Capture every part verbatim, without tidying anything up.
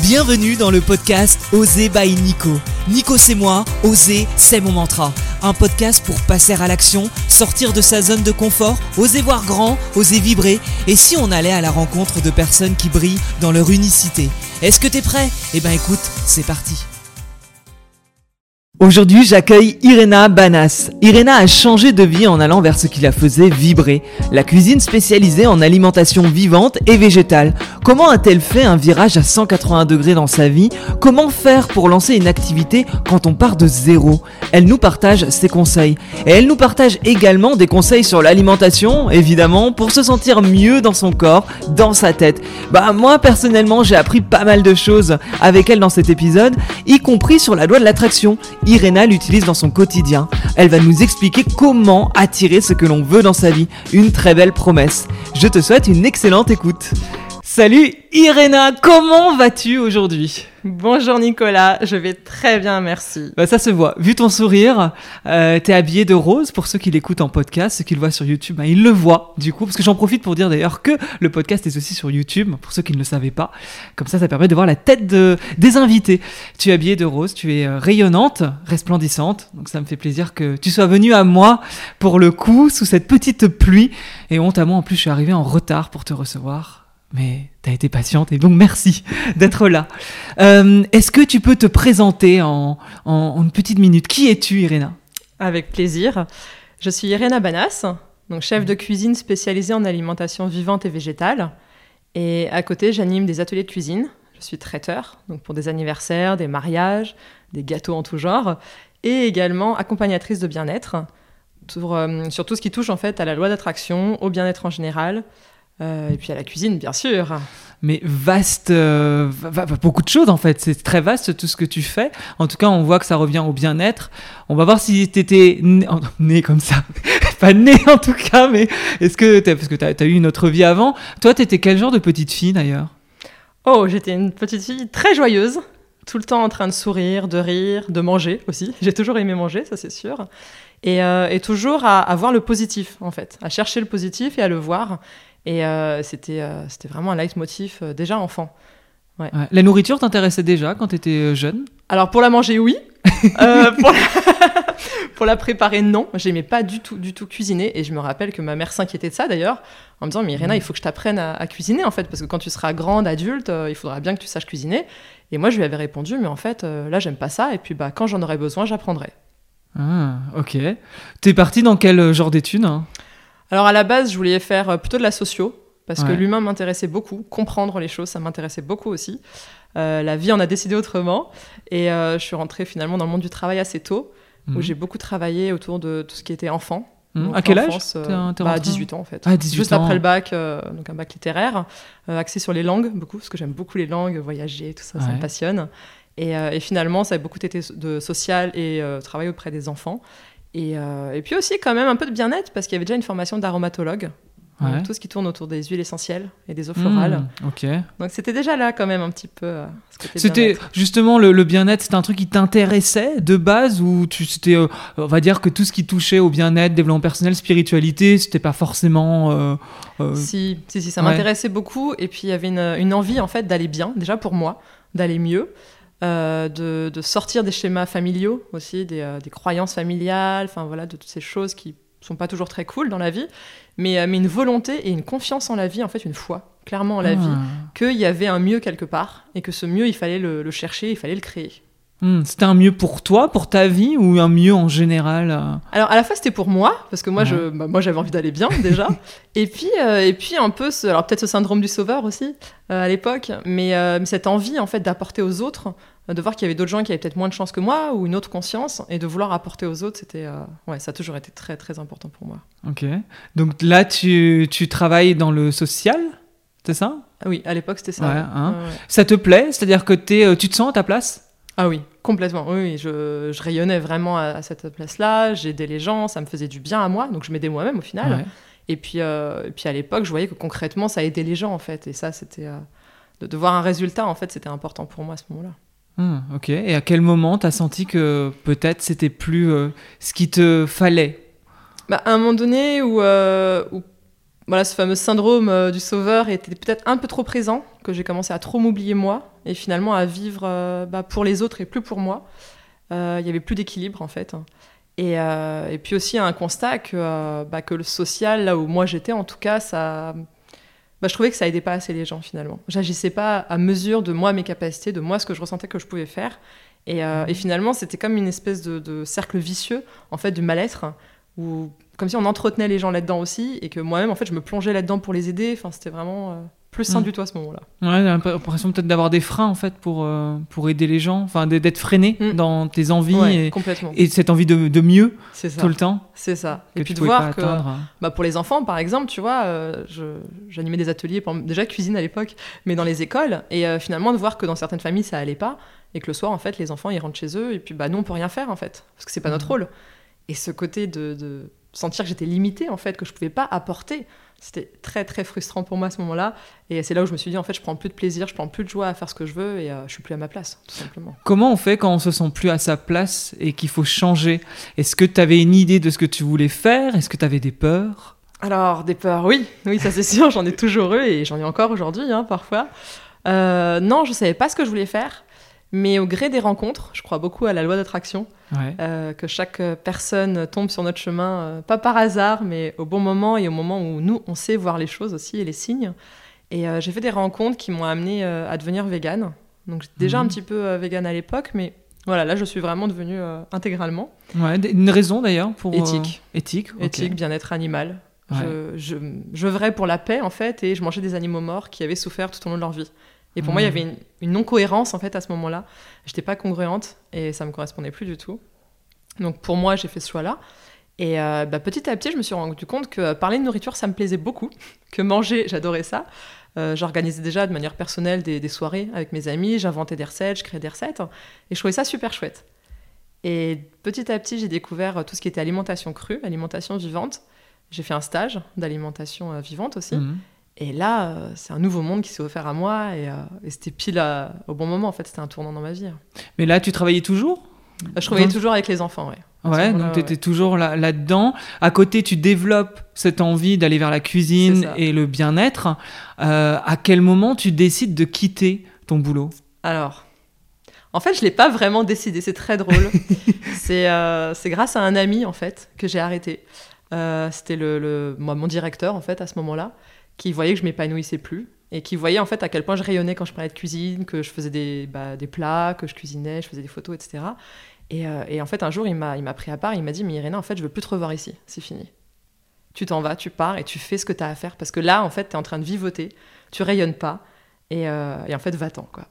Bienvenue dans le podcast Oser by Nico. Nico c'est moi, oser c'est mon mantra. Un podcast pour passer à l'action, sortir de sa zone de confort, oser voir grand, oser vibrer. Et si on allait à la rencontre de personnes qui brillent dans leur unicité? Est-ce que t'es prêt? Eh ben écoute, c'est parti. Aujourd'hui, j'accueille Irena Banas. Irena a changé de vie en allant vers ce qui la faisait vibrer, la cuisine spécialisée en alimentation vivante et végétale. Comment a-t-elle fait un virage à cent quatre-vingts degrés dans sa vie? Comment faire pour lancer une activité quand on part de zéro? Elle nous partage ses conseils. Et elle nous partage également des conseils sur l'alimentation, évidemment, pour se sentir mieux dans son corps, dans sa tête. Bah moi, personnellement, j'ai appris pas mal de choses avec elle dans cet épisode, y compris sur la loi de l'attraction. Irena l'utilise dans son quotidien. Elle va nous expliquer comment attirer ce que l'on veut dans sa vie. Une très belle promesse. Je te souhaite une excellente écoute. Salut Irena, comment vas-tu aujourd'hui ? Bonjour Nicolas, je vais très bien, merci. Bah ça se voit, vu ton sourire, euh, t'es habillé de rose. Pour ceux qui l'écoutent en podcast, ceux qui le voient sur YouTube, bah, ils le voient du coup, parce que j'en profite pour dire d'ailleurs que le podcast est aussi sur YouTube, pour ceux qui ne le savaient pas. Comme ça, ça permet de voir la tête de, des invités. Tu es habillée de rose, tu es euh, rayonnante, resplendissante, donc ça me fait plaisir que tu sois venue à moi pour le coup, sous cette petite pluie. Et honte à moi, en plus, je suis arrivée en retard pour te recevoir. Mais t'as été patiente et donc merci d'être là. Euh, est-ce que tu peux te présenter en, en, en une petite minute? Qui es-tu, Irena? Avec plaisir. Je suis Irena Banas, donc chef de cuisine spécialisée en alimentation vivante et végétale. Et à côté, j'anime des ateliers de cuisine. Je suis traiteur, donc pour des anniversaires, des mariages, des gâteaux en tout genre. Et également accompagnatrice de bien-être, sur, euh, sur tout ce qui touche en fait à la loi d'attraction, au bien-être en général. Euh, et puis à la cuisine, bien sûr. Mais vaste, euh, va, va, beaucoup de choses en fait. C'est très vaste tout ce que tu fais. En tout cas, on voit que ça revient au bien-être. On va voir si t'étais né, né comme ça. Pas né en tout cas, mais est-ce que t'as, parce que t'as, t'as eu une autre vie avant. Toi, t'étais quel genre de petite fille d'ailleurs? Oh, j'étais une petite fille très joyeuse. Tout le temps en train de sourire, de rire, de manger aussi. J'ai toujours aimé manger, ça c'est sûr. Et, euh, et toujours à, à voir le positif en fait. À chercher le positif et à le voir. Et euh, c'était, euh, c'était vraiment un leitmotiv euh, déjà enfant. Ouais. Ouais. La nourriture t'intéressait déjà quand tu étais jeune? Alors pour la manger, oui. euh, pour, la... pour la préparer, non. J'aimais pas du tout, du tout cuisiner. Et je me rappelle que ma mère s'inquiétait de ça d'ailleurs, en me disant « Mais Irena, il faut que je t'apprenne à, à cuisiner en fait, parce que quand tu seras grande, adulte, euh, il faudra bien que tu saches cuisiner. » Et moi, je lui avais répondu « Mais en fait, euh, là, j'aime pas ça. Et puis bah, quand j'en aurai besoin, j'apprendrai. » Ah, ok. T'es partie dans quel genre d'études? Alors à la base, je voulais faire plutôt de la socio, parce ouais. que l'humain m'intéressait beaucoup, comprendre les choses, ça m'intéressait beaucoup aussi. Euh, la vie en a décidé autrement, et euh, je suis rentrée finalement dans le monde du travail assez tôt, mmh. où j'ai beaucoup travaillé autour de tout ce qui était enfant. Mmh. À quel âge euh, t'es, t'es bah, dix-huit ans en fait. Ah, dix-huit Juste ans. Après le bac, euh, donc un bac littéraire, euh, axé sur les langues, beaucoup, parce que j'aime beaucoup les langues, voyager, tout ça, ouais. ça me passionne. Et, euh, et finalement, ça a beaucoup été de social et euh, travail auprès des enfants. Et, euh, et puis aussi quand même un peu de bien-être parce qu'il y avait déjà une formation d'aromatologue, ouais. donc tout ce qui tourne autour des huiles essentielles et des eaux florales. Mmh, okay. Donc c'était déjà là quand même un petit peu euh, ce côté c'était bien-être. Justement le, le bien-être, c'était un truc qui t'intéressait de base ou tu, c'était, euh, on va dire que tout ce qui touchait au bien-être, développement personnel, spiritualité, c'était pas forcément... Euh, euh... Si, si, si, ça ouais. m'intéressait beaucoup et puis il y avait une, une envie en fait d'aller bien, déjà pour moi, d'aller mieux. Euh, de, de sortir des schémas familiaux aussi, des, euh, des croyances familiales, enfin voilà, de toutes ces choses qui sont pas toujours très cool dans la vie, mais, euh, mais une volonté et une confiance en la vie, en fait une foi, clairement en la ah. vie, qu'il y avait un mieux quelque part, et que ce mieux, il fallait le, le chercher, il fallait le créer. Mmh, c'était un mieux pour toi, pour ta vie, ou un mieux en général euh... Alors à la fois c'était pour moi, parce que moi, ouais. je, bah, moi j'avais envie d'aller bien déjà, et, puis, euh, et puis un peu, ce, alors peut-être ce syndrome du sauveur aussi, euh, à l'époque, mais, euh, mais cette envie en fait d'apporter aux autres, de voir qu'il y avait d'autres gens qui avaient peut-être moins de chance que moi, ou une autre conscience, et de vouloir apporter aux autres, c'était, euh, ouais, ça a toujours été très très important pour moi. Ok, donc là tu, tu travailles dans le social, c'est ça? Oui, à l'époque c'était ça. Ouais, ouais. Hein. Ouais, ouais. Ça te plaît? C'est-à-dire que t'es, tu te sens à ta place? Ah oui, complètement. Oui, oui je, je rayonnais vraiment à, à cette place-là. J'aidais les gens, ça me faisait du bien à moi. Donc je m'aidais moi-même au final. Ouais. Et puis, euh, et puis à l'époque, je voyais que concrètement, ça aidait les gens en fait. Et ça, c'était euh, de, de voir un résultat en fait, c'était important pour moi à ce moment-là. Hum, ok. Et à quel moment t'as senti que peut-être c'était plus euh, ce qu'il te fallait? Bah, à un moment donné où, euh, où voilà, ce fameux syndrome euh, du sauveur était peut-être un peu trop présent, que j'ai commencé à trop m'oublier moi, et finalement à vivre euh, bah, pour les autres et plus pour moi. Euh, il y avait plus d'équilibre en fait. Et, euh, et puis aussi un constat que, euh, bah, que le social, là où moi j'étais en tout cas, ça... Bah, je trouvais que ça aidait pas assez les gens finalement. J'agissais pas à mesure de moi, mes capacités, de moi, ce que je ressentais que je pouvais faire. Et, euh, et finalement, c'était comme une espèce de, de cercle vicieux, en fait, du mal-être, où, comme si on entretenait les gens là-dedans aussi, et que moi-même, en fait, je me plongeais là-dedans pour les aider. Enfin, c'était vraiment euh, plus sain Mmh. du tout à ce moment-là. Ouais, j'ai l'impression peut-être d'avoir des freins en fait pour, euh, pour aider les gens, enfin d'être freiné Mmh. dans tes envies Ouais, et, complètement. et cette envie de, de mieux C'est ça. tout le temps. C'est ça. Que Et tu puis de pouvais pas voir que, atteindre. bah, pour les enfants, par exemple, tu vois, euh, je, j'animais des ateliers, par- déjà cuisine à l'époque, mais dans les écoles, et euh, finalement de voir que dans certaines familles, ça allait pas, et que le soir, en fait, les enfants, ils rentrent chez eux, et puis bah, nous, on peut rien faire, en fait, parce que c'est pas notre rôle. Et ce côté de, de sentir que j'étais limitée, en fait, que je pouvais pas apporter, c'était très, très frustrant pour moi à ce moment-là. Et c'est là où je me suis dit, en fait, je prends plus de plaisir, je prends plus de joie à faire ce que je veux, et euh, je suis plus à ma place, tout simplement. Comment on fait quand on se sent plus à sa place et qu'il faut changer? Est-ce que tu avais une idée de ce que tu voulais faire? Est-ce que tu avais des peurs? Alors, des peurs, oui, oui, ça c'est sûr, j'en ai toujours eu, et j'en ai encore aujourd'hui, hein, parfois. Euh, non, je savais pas ce que je voulais faire, mais au gré des rencontres, je crois beaucoup à la loi d'attraction, Ouais. euh, que chaque personne tombe sur notre chemin, euh, pas par hasard, mais au bon moment et au moment où nous, on sait voir les choses aussi et les signes. Et euh, j'ai fait des rencontres qui m'ont amenée euh, à devenir végane. Donc j'étais déjà Mhm. un petit peu euh, végane à l'époque, mais voilà, là je suis vraiment devenue euh, intégralement. Ouais, d- une raison d'ailleurs pour... euh, Éthique. Éthique, ok. Éthique, bien-être animal. Ouais. Je, je, je œuvrais pour la paix, en fait, et je mangeais des animaux morts qui avaient souffert tout au long de leur vie. Et pour Mmh. moi, il y avait une, une non-cohérence, en fait, à ce moment-là. J'étais pas congruente, et ça me correspondait plus du tout. Donc pour moi, j'ai fait ce choix-là. Et euh, bah, petit à petit, je me suis rendu compte que parler de nourriture, ça me plaisait beaucoup. Que manger, j'adorais ça. Euh, j'organisais déjà de manière personnelle des, des soirées avec mes amis. J'inventais des recettes, je créais des recettes. Et je trouvais ça super chouette. Et petit à petit, j'ai découvert tout ce qui était alimentation crue, alimentation vivante. J'ai fait un stage d'alimentation euh, vivante aussi. Mhm. Et là, euh, c'est un nouveau monde qui s'est offert à moi. Et, euh, et c'était pile à- au bon moment, en fait. C'était un tournant dans ma vie. Mais là, tu travaillais toujours? Je travaillais Dans- toujours avec les enfants, ouais. À ce Ouais, moment-là, donc tu étais ouais. toujours là, là-dedans. À côté, tu développes cette envie d'aller vers la cuisine C'est ça. et le bien-être. Euh, à quel moment tu décides de quitter ton boulot? Alors, en fait, je l'ai pas vraiment décidé. C'est très drôle. c'est, euh, c'est grâce à un ami, en fait, que j'ai arrêté. Euh, c'était le, le- moi, mon directeur, en fait, à ce moment-là, qui voyait que je m'épanouissais plus et qui voyait, en fait, à quel point je rayonnais quand je parlais de cuisine, que je faisais des, bah, des plats, que je cuisinais, je faisais des photos, et cetera. Et, euh, et en fait, un jour, il m'a, il m'a pris à part. Il m'a dit, mais Iréna, en fait, je veux plus te revoir ici. C'est fini. Tu t'en vas, tu pars et tu fais ce que tu as à faire. Parce que là, en fait, tu es en train de vivoter. Tu rayonnes pas. Et, euh, et en fait, va-t'en, quoi.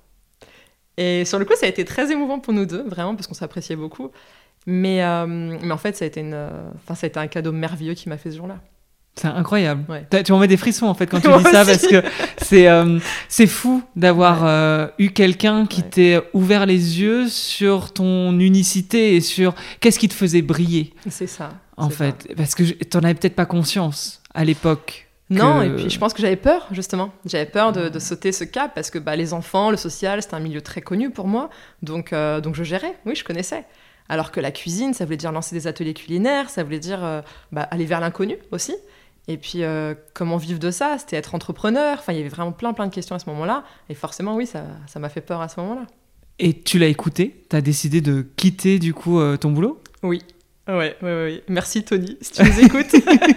Et sur le coup, ça a été très émouvant pour nous deux, vraiment, parce qu'on s'appréciait beaucoup. Mais, euh, mais en fait, ça a été, une, euh, enfin, ça a été un cadeau merveilleux qu'il m'a fait ce jour-là. C'est incroyable. Ouais. T'as- Tu m'en mets des frissons en fait quand tu Moi dis ça aussi. parce que c'est euh, c'est fou d'avoir Ouais. euh, eu quelqu'un qui Ouais. t'ait ouvert les yeux sur ton unicité et sur qu'est-ce qui te faisait briller C'est ça. en c'est fait. ça. Parce que je- t'en avais peut-être pas conscience à l'époque. Non, que- et puis je pense que j'avais peur, justement. J'avais peur de, de sauter ce cap parce que bah, les enfants, le social, c'était un milieu très connu pour moi. Donc, euh, donc je gérais, oui, je connaissais. Alors que la cuisine, ça voulait dire lancer des ateliers culinaires, ça voulait dire euh, bah, aller vers l'inconnu aussi. Et puis, euh, comment vivre de ça? C'était être entrepreneur. Enfin, il y avait vraiment plein, plein de questions à ce moment-là. Et forcément, oui, ça, ça m'a fait peur à ce moment-là. Et tu l'as écouté? T'as décidé de quitter du coup euh, ton boulot? Oui. Ouais, ouais, ouais, ouais. Merci Tony, si tu nous écoutes.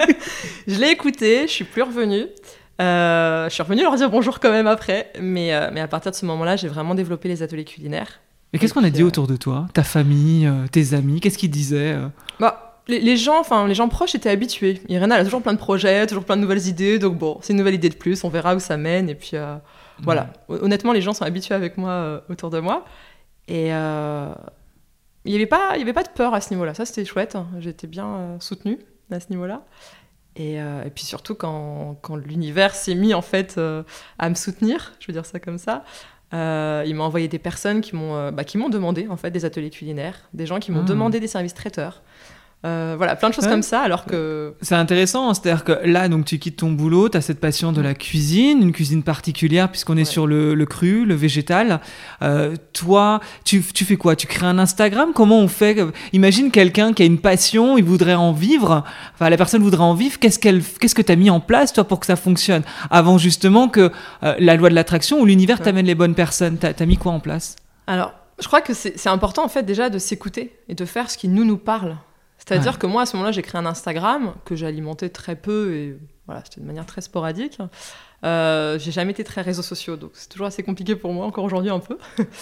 Je l'ai écouté, je suis plus revenue. Euh, je suis revenue leur dire bonjour quand même après. Mais, euh, mais à partir de ce moment-là, j'ai vraiment développé les ateliers culinaires. Mais qu'est-ce Et qu'on a puis, dit euh, autour de toi? Ta famille, euh, tes amis, qu'est-ce qu'ils disaient euh Bah, les, les gens, enfin, les gens proches étaient habitués. Irena, elle a toujours plein de projets, toujours plein de nouvelles idées. Donc bon, c'est une nouvelle idée de plus, on verra où ça mène. Et puis euh, voilà. Honnêtement, les gens sont habitués avec moi euh, autour de moi. Et euh, il n'y avait pas, il y avait pas de peur à ce niveau-là. Ça, c'était chouette. J'étais bien euh, soutenue à ce niveau-là. Et, euh, et puis surtout quand, quand l'univers s'est mis en fait euh, à me soutenir, je veux dire ça comme ça. Euh, il m'a envoyé des personnes qui m'ont, euh, bah, qui m'ont demandé en fait des ateliers culinaires, des gens qui m'ont Ah. demandé des services traiteurs. Euh, voilà, plein de choses ouais. comme ça, alors que... C'est intéressant, c'est-à-dire que là, donc, tu quittes ton boulot, tu as cette passion de la cuisine, une cuisine particulière, puisqu'on est ouais. sur le, le cru, le végétal. Euh, toi, tu, tu fais quoi? Tu crées un Instagram? Comment on fait? Imagine quelqu'un qui a une passion, il voudrait en vivre, enfin, la personne voudrait en vivre, qu'est-ce, qu'elle, qu'est-ce que tu as mis en place, toi, pour que ça fonctionne? Avant, justement, que euh, la loi de l'attraction ou l'univers ouais. t'amène les bonnes personnes, tu as mis quoi en place? Alors, je crois que c'est, c'est important, en fait, déjà, de s'écouter et de faire ce qui nous, nous parle. C'est-à-dire ouais. que moi, à ce moment-là, j'ai créé un Instagram que j'ai alimenté très peu et voilà, c'était de manière très sporadique. Euh, j'ai jamais été très réseaux sociaux, donc c'est toujours assez compliqué pour moi, encore aujourd'hui un peu.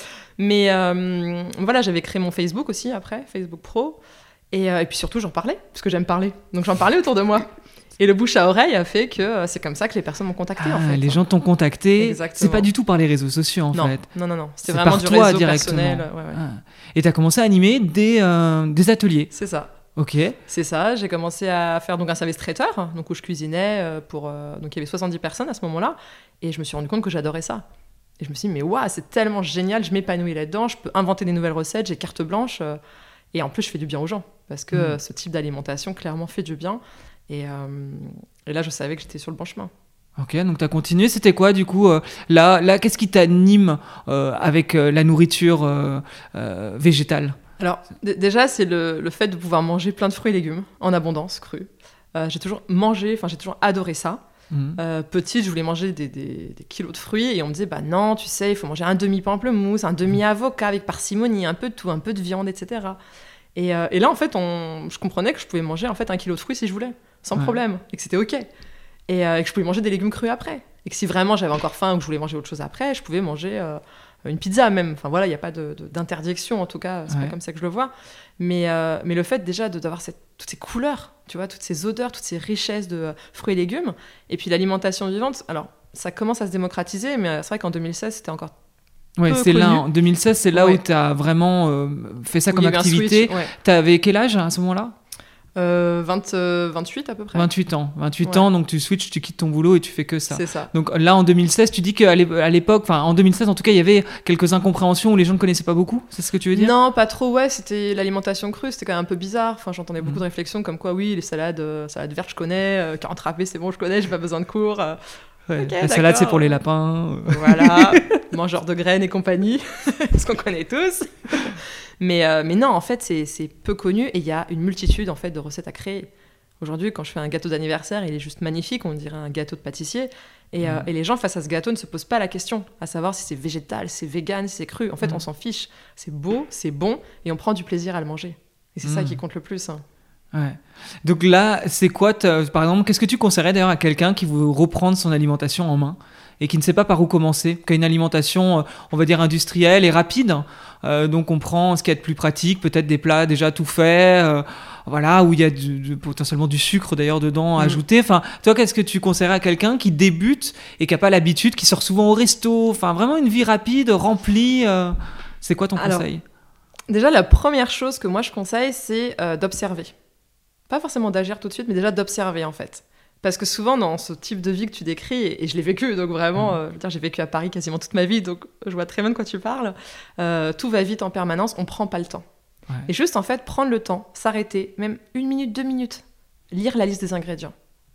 Mais euh, voilà, j'avais créé mon Facebook aussi après, Facebook Pro. Et, euh, et puis surtout, j'en parlais, parce que j'aime parler. Donc j'en parlais autour de moi. Et le bouche à oreille a fait que euh, c'est comme ça que les personnes m'ont contacté, ah, en fait. Les gens t'ont contacté. Exactement. C'est pas du tout par les réseaux sociaux, en non. fait. Non, non, non. C'était c'est vraiment par du toi, réseau directement. personnel. Ouais, ouais. Ah. Et t'as commencé à animer des, euh, des ateliers. C'est ça. Ok. C'est ça. J'ai commencé à faire donc un service traiteur, donc où je cuisinais euh, pour. Euh, donc il y avait soixante-dix personnes à ce moment-là, et je me suis rendu compte que j'adorais ça. Et je me suis dit mais waouh, c'est tellement génial, je m'épanouis là-dedans, je peux inventer des nouvelles recettes, j'ai carte blanche, euh, et en plus je fais du bien aux gens parce que mmh. euh, ce type d'alimentation clairement fait du bien. Et, euh, et là je savais que j'étais sur le bon chemin. Ok, donc tu as continué. C'était quoi du coup euh, là, là, qu'est-ce qui t'anime euh, avec euh, la nourriture euh, euh, végétale? Alors, d- déjà, c'est le, le fait de pouvoir manger plein de fruits et légumes en abondance, crus. Euh, j'ai toujours mangé, enfin, j'ai toujours adoré ça. Mmh. Euh, petite, je voulais manger des, des, des kilos de fruits et on me disait, bah non, tu sais, il faut manger un demi-pamplemousse, un demi-avocat avec parcimonie, un peu de tout, un peu de viande, et cetera. Et, euh, et là, en fait, on, je comprenais que je pouvais manger en fait un kilo de fruits si je voulais, sans ouais. problème, et que c'était ok. Et, euh, et que je pouvais manger des légumes crus après. Et que si vraiment j'avais encore faim ou que je voulais manger autre chose après, je pouvais manger euh, une pizza même. Enfin voilà, il n'y a pas de, de, d'interdiction en tout cas, c'est ouais. pas comme ça que je le vois. Mais, euh, mais le fait déjà de, d'avoir cette, toutes ces couleurs, tu vois, toutes ces odeurs, toutes ces richesses de euh, fruits et légumes, et puis l'alimentation vivante, alors ça commence à se démocratiser, mais c'est vrai qu'en deux mille seize, c'était encore ouais, c'est là, en deux mille seize, c'est là ouais. où tu as vraiment euh, fait ça où comme activité. Ouais. Tu avais quel âge à ce moment-là? Euh, vingt, euh, vingt-huit à peu près. vingt-huit ans. vingt-huit ouais. ans, donc tu switches, tu quittes ton boulot et tu fais que ça. C'est ça. Donc là, en deux mille seize, tu dis qu'à l'époque, enfin en deux mille seize en tout cas, il y avait quelques incompréhensions où les gens ne connaissaient pas beaucoup, c'est ce que tu veux dire? Non, pas trop, ouais, c'était l'alimentation crue, c'était quand même un peu bizarre. Enfin, j'entendais beaucoup mmh. de réflexions comme quoi, oui, les salades, euh, salades vertes, je connais, euh, quarante râpés, c'est bon, je connais, j'ai pas besoin de cours. Euh, ouais, okay, la d'accord. salade, c'est pour les lapins. Voilà, mangeurs de graines et compagnie, ce qu'on connaît tous. Mais, euh, mais non, en fait, c'est, c'est peu connu et il y a une multitude en fait, de recettes à créer. Aujourd'hui, quand je fais un gâteau d'anniversaire, il est juste magnifique, on dirait un gâteau de pâtissier. Et, mmh. euh, et les gens, face à ce gâteau, ne se posent pas la question, à savoir si c'est végétal, si c'est vegan, si c'est cru. En fait, mmh. on s'en fiche. C'est beau, c'est bon, et on prend du plaisir à le manger. Et c'est mmh. ça qui compte le plus. Hein. Ouais. Donc là, c'est quoi, par exemple, qu'est-ce que tu conseillerais d'ailleurs à quelqu'un qui veut reprendre son alimentation en main et qui ne sait pas par où commencer, qui a une alimentation, on va dire, industrielle et rapide, euh, donc on prend ce qu'il y a de plus pratique, peut-être des plats déjà tout faits, euh, voilà, où il y a du, du, potentiellement du sucre d'ailleurs dedans à mmh. ajouter. Enfin, toi, qu'est-ce que tu conseillerais à quelqu'un qui débute et qui n'a pas l'habitude, qui sort souvent au resto, enfin vraiment une vie rapide, remplie, euh, c'est quoi ton Alors, conseil? Déjà, la première chose que moi je conseille, c'est euh, d'observer. Pas forcément d'agir tout de suite, mais déjà d'observer en fait. Parce que souvent, dans ce type de vie que tu décris, et je l'ai vécu, donc vraiment, mmh. euh, je veux dire, j'ai vécu à Paris quasiment toute ma vie, donc je vois très bien de quoi tu parles, euh, tout va vite en permanence, on prend pas le temps. Ouais. Et juste, en fait, prendre le temps, s'arrêter, même une minute, deux minutes, lire la liste des ingrédients.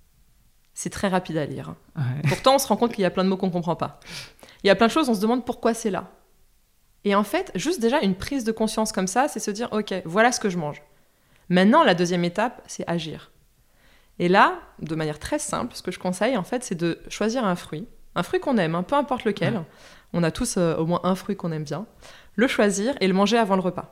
C'est très rapide à lire. Hein. Ouais. Pourtant, on se rend compte qu'il y a plein de mots qu'on comprend pas. Il y a plein de choses, on se demande pourquoi c'est là. Et en fait, juste déjà, une prise de conscience comme ça, c'est se dire, ok, voilà ce que je mange. Maintenant, la deuxième étape, c'est agir. Et là, de manière très simple, ce que je conseille, en fait, c'est de choisir un fruit, un fruit qu'on aime, hein, peu importe lequel. Ouais. On a tous euh, au moins un fruit qu'on aime bien. Le choisir et le manger avant le repas.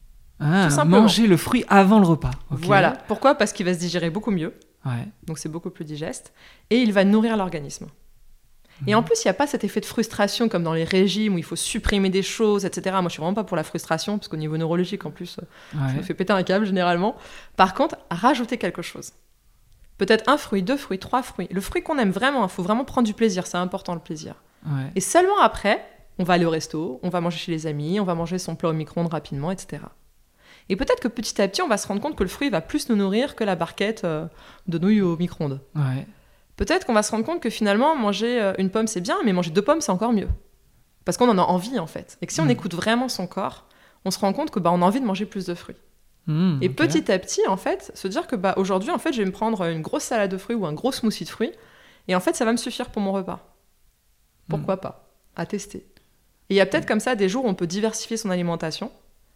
Ah, tout simplement. Manger le fruit avant le repas. Okay. Voilà. Pourquoi ? Parce qu'il va se digérer beaucoup mieux. Ouais. Donc c'est beaucoup plus digeste. Et il va nourrir l'organisme. Mmh. Et en plus, il n'y a pas cet effet de frustration comme dans les régimes où il faut supprimer des choses, et cetera. Moi, je suis vraiment pas pour la frustration, parce qu'au niveau neurologique, en plus, ouais. ça me fait péter un câble généralement. Par contre, rajouter quelque chose. Peut-être un fruit, deux fruits, trois fruits. Le fruit qu'on aime vraiment, il faut vraiment prendre du plaisir. C'est important, le plaisir. Ouais. Et seulement après, on va aller au resto, on va manger chez les amis, on va manger son plat au micro-ondes rapidement, et cetera. Et peut-être que petit à petit, on va se rendre compte que le fruit va plus nous nourrir que la barquette euh, de nouilles au micro-ondes. Ouais. Peut-être qu'on va se rendre compte que finalement, manger une pomme, c'est bien, mais manger deux pommes, c'est encore mieux. Parce qu'on en a envie, en fait. Et que si on mmh. écoute vraiment son corps, on se rend compte que bah, on a envie de manger plus de fruits. Mmh, et okay. petit à petit, en fait, se dire que bah, aujourd'hui, en fait, je vais me prendre une grosse salade de fruits ou un gros smoothie de fruits, et en fait, ça va me suffire pour mon repas. Pourquoi mmh. pas? À tester. Et il y a peut-être mmh. comme ça des jours où on peut diversifier son alimentation.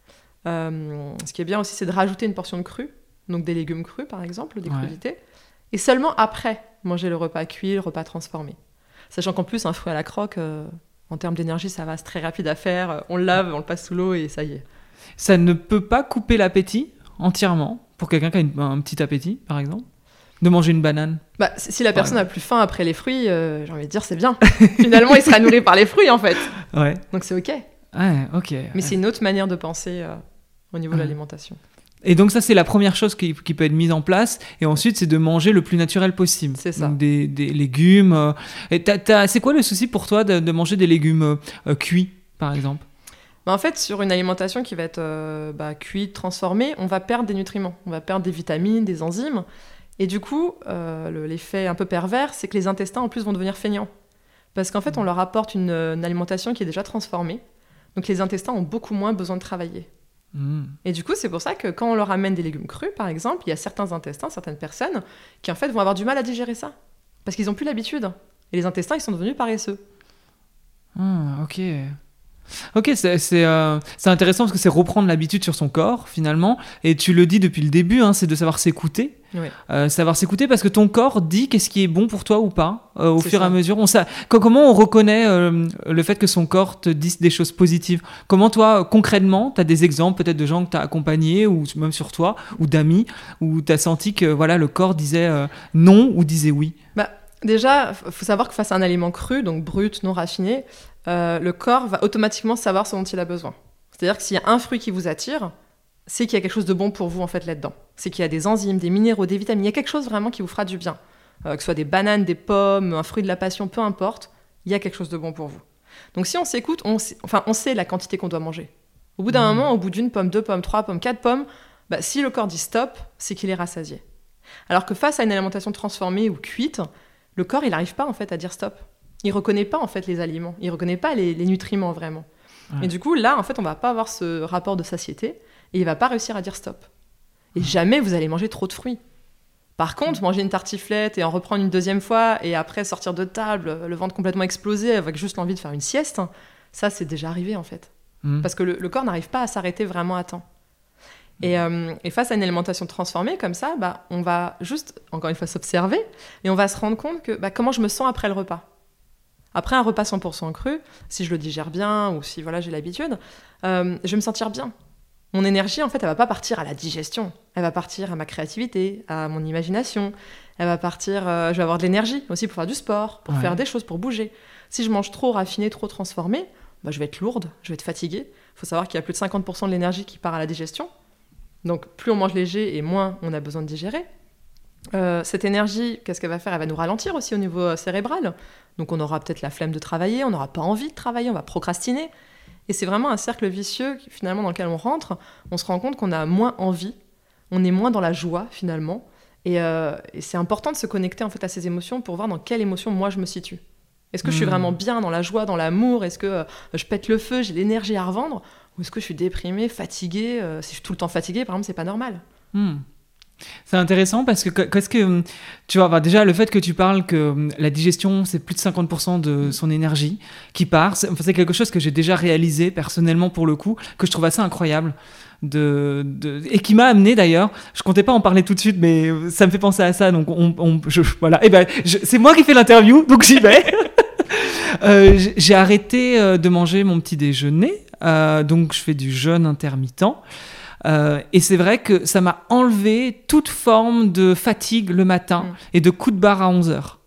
Euh, ce qui est bien aussi, c'est de rajouter une portion de cru, donc des légumes crus, par exemple, des ouais. crudités, et seulement après manger le repas cuit, le repas transformé. Sachant qu'en plus, un fruit à la croque, euh, en termes d'énergie, ça va, c'est très rapide à faire. On le lave, on le passe sous l'eau et ça y est. Ça ne peut pas couper l'appétit entièrement pour quelqu'un qui a une, un petit appétit, par exemple, de manger une banane? Bah, si la personne a plus faim après les fruits, euh, j'ai envie de dire c'est bien. Finalement, il sera nourri par les fruits en fait. Ouais. Donc c'est ok. Ouais, ok. Mais ouais. c'est une autre manière de penser euh, au niveau ouais. de l'alimentation. Et donc ça, c'est la première chose qui, qui peut être mise en place. Et ensuite, c'est de manger le plus naturel possible. C'est ça. Donc des, des légumes. Euh, et t'as, t'as, c'est quoi le souci pour toi de, de manger des légumes euh, cuits, par exemple? Bah en fait, sur une alimentation qui va être euh, bah, cuite, transformée, on va perdre des nutriments. On va perdre des vitamines, des enzymes. Et du coup, euh, le, l'effet un peu pervers, c'est que les intestins, en plus, vont devenir feignants. Parce qu'en fait, on leur apporte une, une alimentation qui est déjà transformée. Donc les intestins ont beaucoup moins besoin de travailler. Mmh. Et du coup, c'est pour ça que quand on leur amène des légumes crus, par exemple, il y a certains intestins, certaines personnes, qui en fait vont avoir du mal à digérer ça. Parce qu'ils n'ont plus l'habitude. Et les intestins, ils sont devenus paresseux. Mmh, ok. Ok, c'est, c'est, euh, c'est intéressant parce que c'est reprendre l'habitude sur son corps, finalement. Et tu le dis depuis le début, hein, c'est de savoir s'écouter. Oui. Euh, savoir s'écouter parce que ton corps dit qu'est-ce qui est bon pour toi ou pas, euh, au c'est fur ça. et à mesure. On sa... Comment on reconnaît euh, le fait que son corps te dise des choses positives? Comment toi, concrètement, tu as des exemples peut-être de gens que tu as accompagnés ou même sur toi, ou d'amis, où tu as senti que voilà, le corps disait euh, non ou disait oui? Bah, déjà, il faut savoir que face à un aliment cru, donc brut, non raffiné, Euh, le corps va automatiquement savoir ce dont il a besoin. C'est-à-dire que s'il y a un fruit qui vous attire, c'est qu'il y a quelque chose de bon pour vous en fait là-dedans. C'est qu'il y a des enzymes, des minéraux, des vitamines, il y a quelque chose vraiment qui vous fera du bien. Euh, que ce soit des bananes, des pommes, un fruit de la passion, peu importe, il y a quelque chose de bon pour vous. Donc si on s'écoute, on sait, enfin, on sait la quantité qu'on doit manger. Au bout d'un mmh. moment, au bout d'une pomme, deux pommes, trois pommes, quatre pommes, bah, si le corps dit stop, c'est qu'il est rassasié. Alors que face à une alimentation transformée ou cuite, le corps il n'arrive pas en fait à dire stop. Il reconnaît pas en fait les aliments, il reconnaît pas les, les nutriments vraiment. Ouais. Et du coup là en fait on va pas avoir ce rapport de satiété et il va pas réussir à dire stop. Et jamais vous allez manger trop de fruits. Par contre manger une tartiflette et en reprendre une deuxième fois et après sortir de table le ventre complètement explosé avec juste l'envie de faire une sieste, ça c'est déjà arrivé en fait. Mmh. Parce que le, le corps n'arrive pas à s'arrêter vraiment à temps. Et, euh, et face à une alimentation transformée comme ça, bah, on va juste encore une fois s'observer et on va se rendre compte que bah, comment je me sens après le repas. Après un repas cent pour cent cru, si je le digère bien ou si voilà, j'ai l'habitude, euh, je vais me sentir bien. Mon énergie, en fait, elle va pas partir à la digestion. Elle va partir à ma créativité, à mon imagination. Elle va partir... Euh, je vais avoir de l'énergie aussi pour faire du sport, pour ouais. faire des choses, pour bouger. Si je mange trop raffiné, trop transformé, bah, je vais être lourde, je vais être fatiguée. Il faut savoir qu'il y a plus de cinquante pour cent de l'énergie qui part à la digestion. Donc, plus on mange léger et moins on a besoin de digérer. Euh, cette énergie, qu'est-ce qu'elle va faire? Elle va nous ralentir aussi au niveau euh, cérébral. Donc on aura peut-être la flemme de travailler, on n'aura pas envie de travailler, on va procrastiner. Et c'est vraiment un cercle vicieux finalement dans lequel on rentre. On se rend compte qu'on a moins envie, on est moins dans la joie finalement. Et, euh, et c'est important de se connecter en fait à ces émotions pour voir dans quelle émotion moi je me situe. Est-ce que mmh. je suis vraiment bien dans la joie, dans l'amour? Est-ce que euh, je pète le feu, j'ai l'énergie à revendre? Ou est-ce que je suis déprimée, fatiguée? euh, Si je suis tout le temps fatiguée, par exemple, c'est pas normal. Mmh. C'est intéressant parce que, qu'est-ce que tu vois, bah déjà le fait que tu parles que la digestion c'est plus de cinquante pour cent de son énergie qui part, c'est, c'est quelque chose que j'ai déjà réalisé personnellement pour le coup, que je trouve assez incroyable de, de, et qui m'a amené d'ailleurs, je comptais pas en parler tout de suite mais ça me fait penser à ça donc on, on, je, voilà, et ben je, c'est moi qui fais l'interview donc j'y vais. euh, j'ai arrêté de manger mon petit déjeuner, euh, donc je fais du jeûne intermittent. Euh, et c'est vrai que ça m'a enlevé toute forme de fatigue le matin mmh. et de coup de barre à onze heures.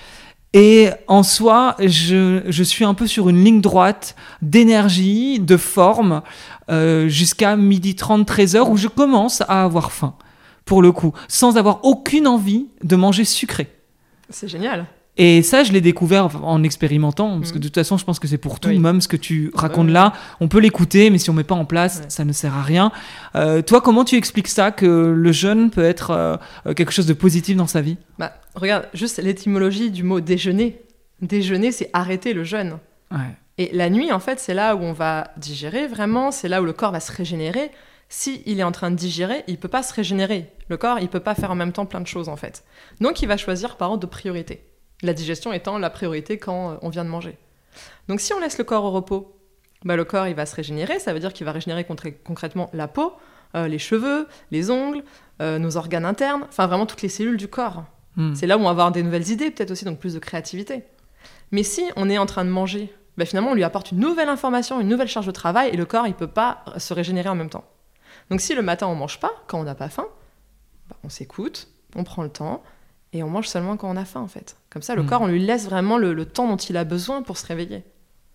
Et en soi, je, je suis un peu sur une ligne droite d'énergie, de forme, euh, jusqu'à midi trente, treize heures, où je commence à avoir faim, pour le coup, sans avoir aucune envie de manger sucré. C'est génial. Et ça, je l'ai découvert en expérimentant, parce que de toute façon, je pense que c'est pour tout, oui. même ce que tu racontes ouais, là, on peut l'écouter, mais si on met pas en place, ouais. ça ne sert à rien. Euh, toi, comment tu expliques ça, que le jeûne peut être euh, quelque chose de positif dans sa vie? Bah, regarde, juste l'étymologie du mot déjeuner. Déjeuner, c'est arrêter le jeûne. Ouais. Et la nuit, en fait, c'est là où on va digérer vraiment, c'est là où le corps va se régénérer, s'il est en train de digérer, il peut pas se régénérer. Le corps, il peut pas faire en même temps plein de choses, en fait. Donc, il va choisir par ordre de priorité. La digestion étant la priorité quand on vient de manger. Donc, si on laisse le corps au repos, bah, le corps, il va se régénérer. Ça veut dire qu'il va régénérer concr- concrètement la peau, euh, les cheveux, les ongles, euh, nos organes internes, enfin vraiment toutes les cellules du corps. Mmh. C'est là où on va avoir des nouvelles idées, peut-être aussi, donc plus de créativité. Mais si on est en train de manger, bah, finalement, on lui apporte une nouvelle information, une nouvelle charge de travail, et le corps, il ne peut pas se régénérer en même temps. Donc si le matin, on ne mange pas, quand on n'a pas faim, bah, on s'écoute, on prend le temps, et on mange seulement quand on a faim, en fait. Comme ça, le mmh. corps, on lui laisse vraiment le, le temps dont il a besoin pour se réveiller.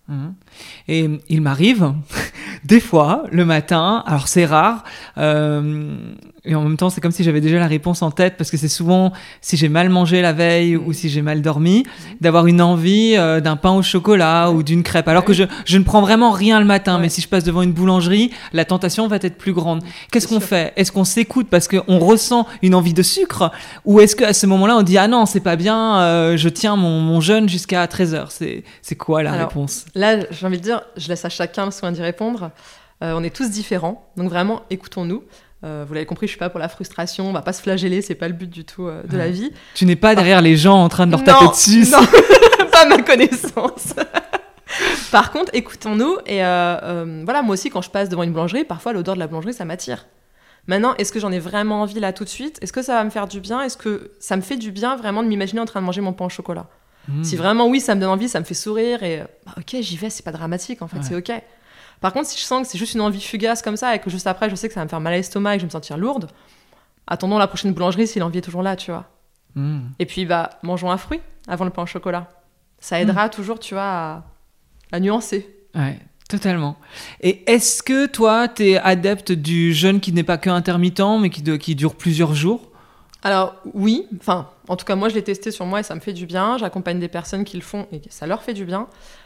Et il m'arrive des fois le matin, alors c'est rare, euh, et en même temps c'est comme si j'avais déjà la réponse en tête, parce que c'est souvent si j'ai mal mangé la veille mmh. ou si j'ai mal dormi, mmh. d'avoir une envie euh, d'un pain au chocolat ouais. ou d'une crêpe, alors ouais. que je, je ne prends vraiment rien le matin, ouais. mais si je passe devant une boulangerie, la tentation va être plus grande. Qu'est-ce c'est qu'on sûr. fait ? Est-ce qu'on s'écoute parce qu'on ressent une envie de sucre, ou est-ce qu'à ce moment-là on dit ah non c'est pas bien, euh, je tiens mon, mon jeûne jusqu'à treize heures, c'est, c'est quoi la alors, réponse ? Là, j'ai envie de dire, je laisse à chacun le soin d'y répondre. Euh, on est tous différents, donc vraiment, écoutons-nous. Euh, vous l'avez compris, je suis pas pour la frustration, on va pas se flageller, c'est pas le but du tout euh, de ouais. la vie. Tu n'es pas derrière Par... les gens en train de leur non, taper dessus. Non, pas à ma connaissance. Par contre, écoutons-nous. Et euh, euh, voilà, moi aussi, quand je passe devant une boulangerie, parfois l'odeur de la boulangerie, ça m'attire. Maintenant, est-ce que j'en ai vraiment envie là tout de suite ? Est-ce que ça va me faire du bien ? Est-ce que ça me fait du bien vraiment de m'imaginer en train de manger mon pain au chocolat ? Mmh. Si vraiment, oui, ça me donne envie, ça me fait sourire et bah, ok, j'y vais, c'est pas dramatique en fait, ouais. c'est ok. Par contre, si je sens que c'est juste une envie fugace comme ça et que juste après, je sais que ça va me faire mal à l'estomac et que je vais me sentir lourde, attendons la prochaine boulangerie si l'envie est toujours là, tu vois. Mmh. Et puis, bah, mangeons un fruit avant le pain au chocolat. Ça aidera mmh. toujours, tu vois, à, à nuancer. Ouais. Totalement. Et est-ce que toi, t'es adepte du jeûne qui n'est pas que intermittent, mais qui, de, qui dure plusieurs jours ? Alors oui, enfin, en tout cas moi je l'ai testé sur moi et ça me fait du bien. J'accompagne des personnes qui le font et ça leur fait du bien.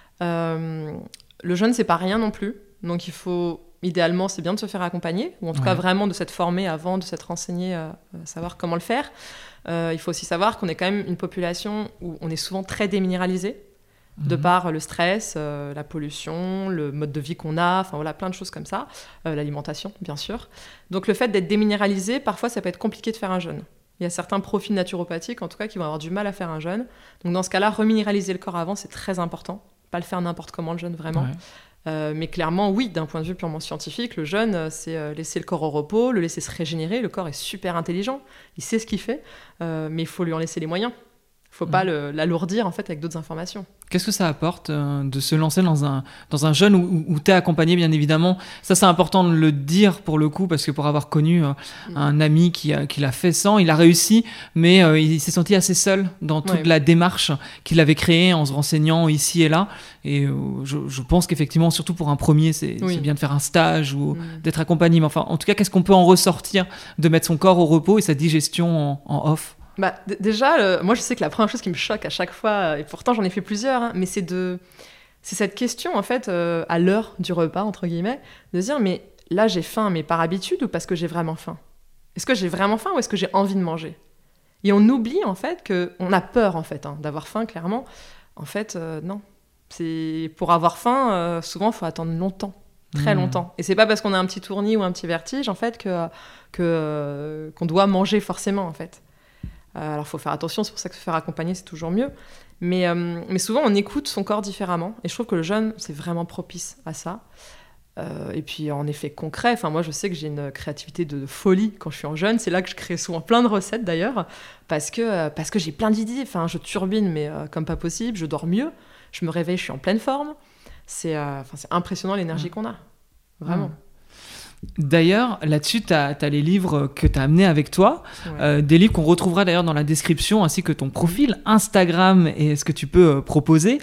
Euh, le jeûne c'est pas rien non plus, donc il faut, idéalement c'est bien de se faire accompagner, ou en tout ouais. cas vraiment de s'être formé avant, de s'être renseigné, euh, savoir comment le faire. Euh, il faut aussi savoir qu'on est quand même une population où on est souvent très déminéralisé, mmh. de par le stress, euh, la pollution, le mode de vie qu'on a, enfin voilà, plein de choses comme ça, euh, l'alimentation bien sûr. Donc le fait d'être déminéralisé, parfois ça peut être compliqué de faire un jeûne. Il y a certains profils naturopathiques, en tout cas, qui vont avoir du mal à faire un jeûne. Donc, dans ce cas-là, reminéraliser le corps avant, c'est très important. Pas le faire n'importe comment, le jeûne, vraiment. Ouais. Euh, mais clairement, oui, d'un point de vue purement scientifique, le jeûne, c'est laisser le corps au repos, le laisser se régénérer. Le corps est super intelligent, il sait ce qu'il fait, euh, mais il faut lui en laisser les moyens. Il ne faut mmh. pas le, l'alourdir, en fait, avec d'autres informations. Qu'est-ce que ça apporte euh, de se lancer dans un, dans un jeûne où, où tu es accompagné, bien évidemment ? Ça, c'est important de le dire, pour le coup, parce que pour avoir connu euh, mmh. un ami qui, a, qui l'a fait sans, il a réussi, mais euh, il s'est senti assez seul dans toute ouais. la démarche qu'il avait créée en se renseignant ici et là. Et euh, je, je pense qu'effectivement, surtout pour un premier, c'est, oui. c'est bien de faire un stage ou mmh. d'être accompagné. Mais enfin, en tout cas, qu'est-ce qu'on peut en ressortir de mettre son corps au repos et sa digestion en, en off ? Bah, d- déjà, euh, moi je sais que la première chose qui me choque à chaque fois, et pourtant j'en ai fait plusieurs, hein, mais c'est, de, c'est cette question en fait, euh, à l'heure du repas, entre guillemets, de se dire mais là j'ai faim, mais par habitude ou parce que j'ai vraiment faim ? Est-ce que j'ai vraiment faim ou est-ce que j'ai envie de manger ? Et on oublie en fait qu'on a peur en fait hein, d'avoir faim, clairement. En fait, euh, non. C'est, pour avoir faim, euh, souvent il faut attendre longtemps. Très mmh. longtemps. Et c'est pas parce qu'on a un petit tournis ou un petit vertige en fait que, que, euh, qu'on doit manger forcément en fait. Alors, il faut faire attention, c'est pour ça que se faire accompagner, c'est toujours mieux. Mais, euh, mais souvent, on écoute son corps différemment. Et je trouve que le jeûne, c'est vraiment propice à ça. Euh, et puis, en effet concret, enfin, moi, je sais que j'ai une créativité de folie quand je suis en jeûne. C'est là que je crée souvent plein de recettes, d'ailleurs, parce que, euh, parce que j'ai plein d'idées. Enfin, je turbine, mais euh, comme pas possible. Je dors mieux. Je me réveille, je suis en pleine forme. C'est, euh, c'est impressionnant l'énergie qu'on a. Vraiment. Mmh. D'ailleurs, là-dessus, tu as les livres que tu as amenés avec toi, ouais. euh, des livres qu'on retrouvera d'ailleurs dans la description, ainsi que ton profil Instagram et ce que tu peux euh, proposer.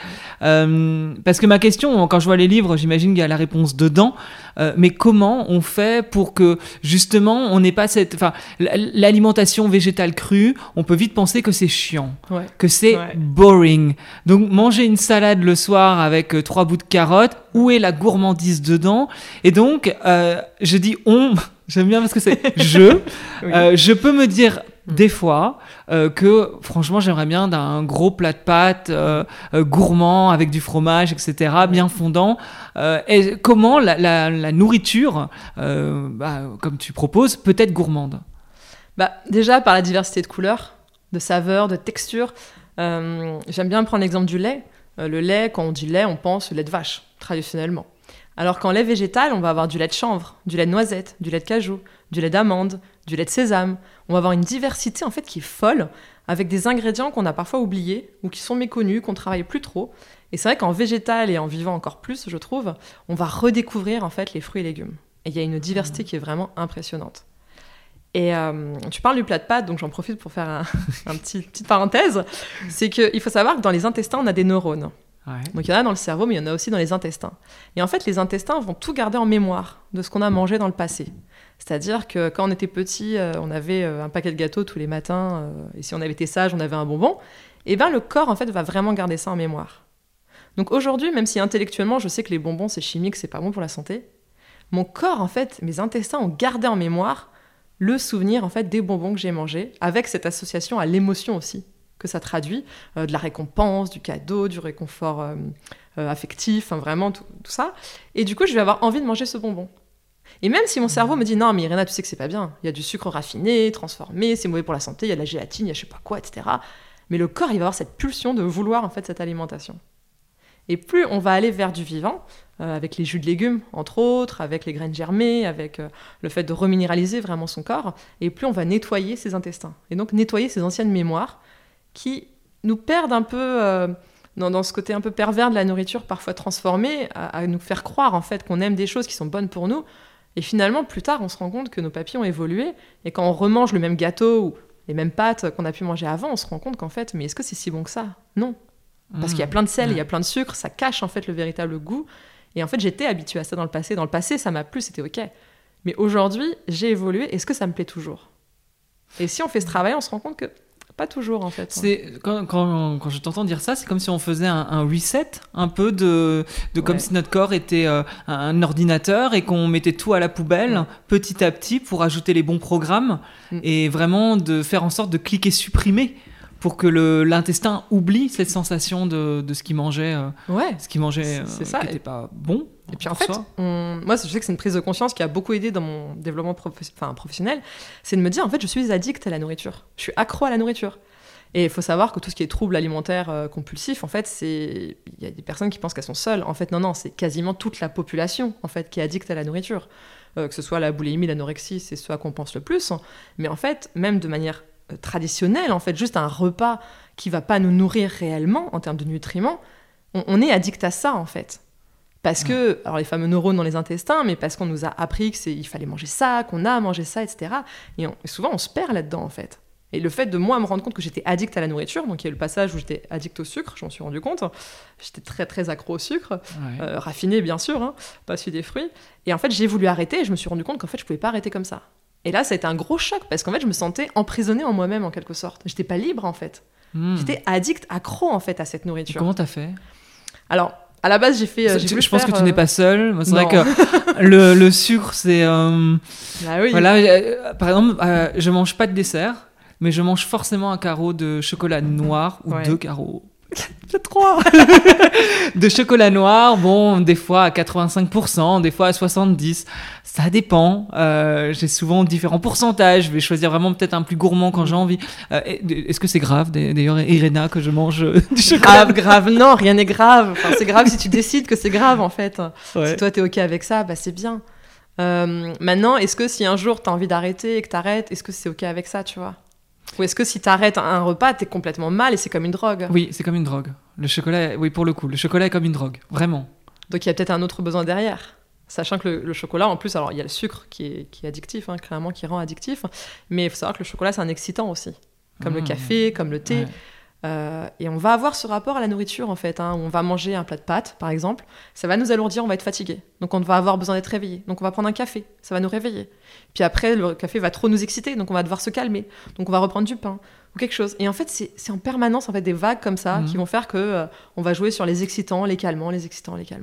Euh, parce que ma question, quand je vois les livres, j'imagine qu'il y a la réponse dedans, euh, mais comment on fait pour que, justement, on n'ait pas cette... Enfin, l'alimentation végétale crue, on peut vite penser que c'est chiant, ouais. que c'est ouais. boring. Donc, manger une salade le soir avec euh, trois bouts de carottes, où est la gourmandise dedans ? Et donc, euh, je dis on, j'aime bien parce que c'est je. oui. euh, je peux me dire mmh. des fois, euh, que franchement, j'aimerais bien d'un gros plat de pâtes euh, euh, gourmand avec du fromage, et cetera, bien fondant. Euh, et comment la, la, la nourriture, euh, bah, comme tu proposes, peut être gourmande? Bah, déjà, par la diversité de couleurs, de saveurs, de textures. Euh, j'aime bien prendre l'exemple du lait. Euh, le lait, quand on dit lait, on pense lait de vache, traditionnellement. Alors qu'en lait végétal, on va avoir du lait de chanvre, du lait de noisette, du lait de cajou, du lait d'amande, du lait de sésame. On va avoir une diversité en fait qui est folle, avec des ingrédients qu'on a parfois oubliés ou qui sont méconnus, qu'on travaille plus trop. Et c'est vrai qu'en végétal et en vivant encore plus, je trouve, on va redécouvrir en fait les fruits et légumes. Et il y a une diversité qui est vraiment impressionnante. Et euh, tu parles du plat de pâtes, donc j'en profite pour faire un, un petit, petite parenthèse. C'est qu'il faut savoir que dans les intestins, on a des neurones. Ouais. Donc il y en a dans le cerveau, mais il y en a aussi dans les intestins. Et en fait, les intestins vont tout garder en mémoire de ce qu'on a mangé dans le passé. C'est-à-dire que quand on était petit, euh, on avait euh, un paquet de gâteaux tous les matins, euh, et si on avait été sage, on avait un bonbon. Et bien le corps, en fait, va vraiment garder ça en mémoire. Donc aujourd'hui, même si intellectuellement, je sais que les bonbons, c'est chimique, c'est pas bon pour la santé, mon corps, en fait, mes intestins ont gardé en mémoire le souvenir en fait des bonbons que j'ai mangés, avec cette association à l'émotion aussi que ça traduit, euh, de la récompense, du cadeau, du réconfort euh, euh, affectif, hein, vraiment tout, tout ça. Et du coup, je vais avoir envie de manger ce bonbon. Et même si mon cerveau me dit non, mais Irena, tu sais que c'est pas bien, il y a du sucre raffiné, transformé, c'est mauvais pour la santé, il y a de la gélatine, il y a je sais pas quoi, et cetera. Mais le corps, il va avoir cette pulsion de vouloir en fait cette alimentation. Et plus on va aller vers du vivant, euh, avec les jus de légumes, entre autres, avec les graines germées, avec euh, le fait de reminéraliser vraiment son corps, et plus on va nettoyer ses intestins. Et donc nettoyer ces anciennes mémoires qui nous perdent un peu euh, dans, dans ce côté un peu pervers de la nourriture, parfois transformée, à, à nous faire croire en fait qu'on aime des choses qui sont bonnes pour nous. Et finalement, plus tard, on se rend compte que nos papilles ont évolué, et quand on remange le même gâteau ou les mêmes pâtes qu'on a pu manger avant, on se rend compte qu'en fait, mais est-ce que c'est si bon que ça ? Non. Parce mmh, qu'il y a plein de sel, ouais. Il y a plein de sucre, ça cache en fait le véritable goût. Et en fait, j'étais habituée à ça dans le passé. Dans le passé, ça m'a plu, c'était ok. Mais aujourd'hui, j'ai évolué. Est-ce que ça me plaît toujours ? Et si on fait ce travail, on se rend compte que pas toujours en fait. C'est, quand, quand, quand je t'entends dire ça, c'est comme si on faisait un, un reset, un peu de, de comme ouais. si notre corps était euh, un ordinateur et qu'on mettait tout à la poubelle ouais. petit à petit pour ajouter les bons programmes mmh. et vraiment de faire en sorte de cliquer supprimer pour que le, l'intestin oublie cette sensation de, de ce qu'il mangeait, euh, ouais, ce qu'il mangeait euh, c'est ça. qui n'était pas bon. Et puis en fait, on... moi je sais que c'est une prise de conscience qui a beaucoup aidé dans mon développement prof... enfin, professionnel, c'est de me dire en fait je suis addict à la nourriture, je suis accro à la nourriture. Et il faut savoir que tout ce qui est trouble alimentaire euh, compulsif, en fait, c'est il y a des personnes qui pensent qu'elles sont seules. En fait, non, non, c'est quasiment toute la population en fait qui est addicte à la nourriture, euh, que ce soit la boulimie, l'anorexie, c'est ce à quoi on pense le plus. Mais en fait, même de manière traditionnelle, en fait, juste un repas qui va pas nous nourrir réellement en termes de nutriments, on, on est addict à ça en fait. Parce que, alors les fameux neurones dans les intestins, mais parce qu'on nous a appris qu'il fallait manger ça, qu'on a à manger ça, et cetera. Et, on, et souvent, on se perd là-dedans, en fait. Et le fait de moi me rendre compte que j'étais addict à la nourriture, donc il y a eu le passage où j'étais addict au sucre, je m'en suis rendu compte. J'étais très, très accro au sucre, ouais. euh, raffiné, bien sûr, hein, pas celui des fruits. Et en fait, j'ai voulu arrêter et je me suis rendu compte qu'en fait, je pouvais pas arrêter comme ça. Et là, ça a été un gros choc, parce qu'en fait, je me sentais emprisonnée en moi-même, en quelque sorte. J'étais pas libre, en fait. Mmh. J'étais addict, accro, en fait, à cette nourriture. Et comment t'as fait ? Alors... À la base, j'ai fait. Euh, j'ai je voulu pense faire, que tu n'es pas seule. Moi, c'est non. vrai que le, le sucre, c'est. Euh, ah oui. Voilà. Euh, par exemple, euh, je mange pas de dessert, mais je mange forcément un carreau de chocolat noir ou ouais. deux carreaux. Peut-être trois. De chocolat noir, bon, des fois à quatre-vingt-cinq pour cent, des fois à soixante-dix pour cent. Ça dépend. Euh, j'ai souvent différents pourcentages. Je vais choisir vraiment peut-être un plus gourmand quand j'ai envie. Euh, est-ce que c'est grave, d'ailleurs, Irena, que je mange du chocolat ? Grave, grave. Non, rien n'est grave. Enfin, c'est grave si tu décides que c'est grave, en fait. Ouais. Si toi, t'es OK avec ça, bah, c'est bien. Euh, maintenant, est-ce que si un jour, t'as envie d'arrêter et que t'arrêtes, est-ce que c'est OK avec ça, tu vois ? Ou est-ce que si t'arrêtes un repas, t'es complètement mal et c'est comme une drogue ? Oui, c'est comme une drogue. Le chocolat, oui, pour le coup, le chocolat est comme une drogue, vraiment. Donc il y a peut-être un autre besoin derrière. Sachant que le, le chocolat, en plus, alors il y a le sucre qui est, qui est addictif, hein, clairement, qui rend addictif. Mais il faut savoir que le chocolat, c'est un excitant aussi. Comme mmh, le café, comme le thé. Ouais. Euh, et on va avoir ce rapport à la nourriture, en fait. Hein, où on va manger un plat de pâtes, par exemple. Ça va nous alourdir, on va être fatigué. Donc on va avoir besoin d'être réveillé. Donc on va prendre un café, ça va nous réveiller. Puis après, le café va trop nous exciter, donc on va devoir se calmer. Donc on va reprendre du pain ou quelque chose. Et en fait, c'est, c'est en permanence en fait, des vagues comme ça mmh. qui vont faire qu'on euh, va jouer sur les excitants, les calmants, les excitants, les calmants.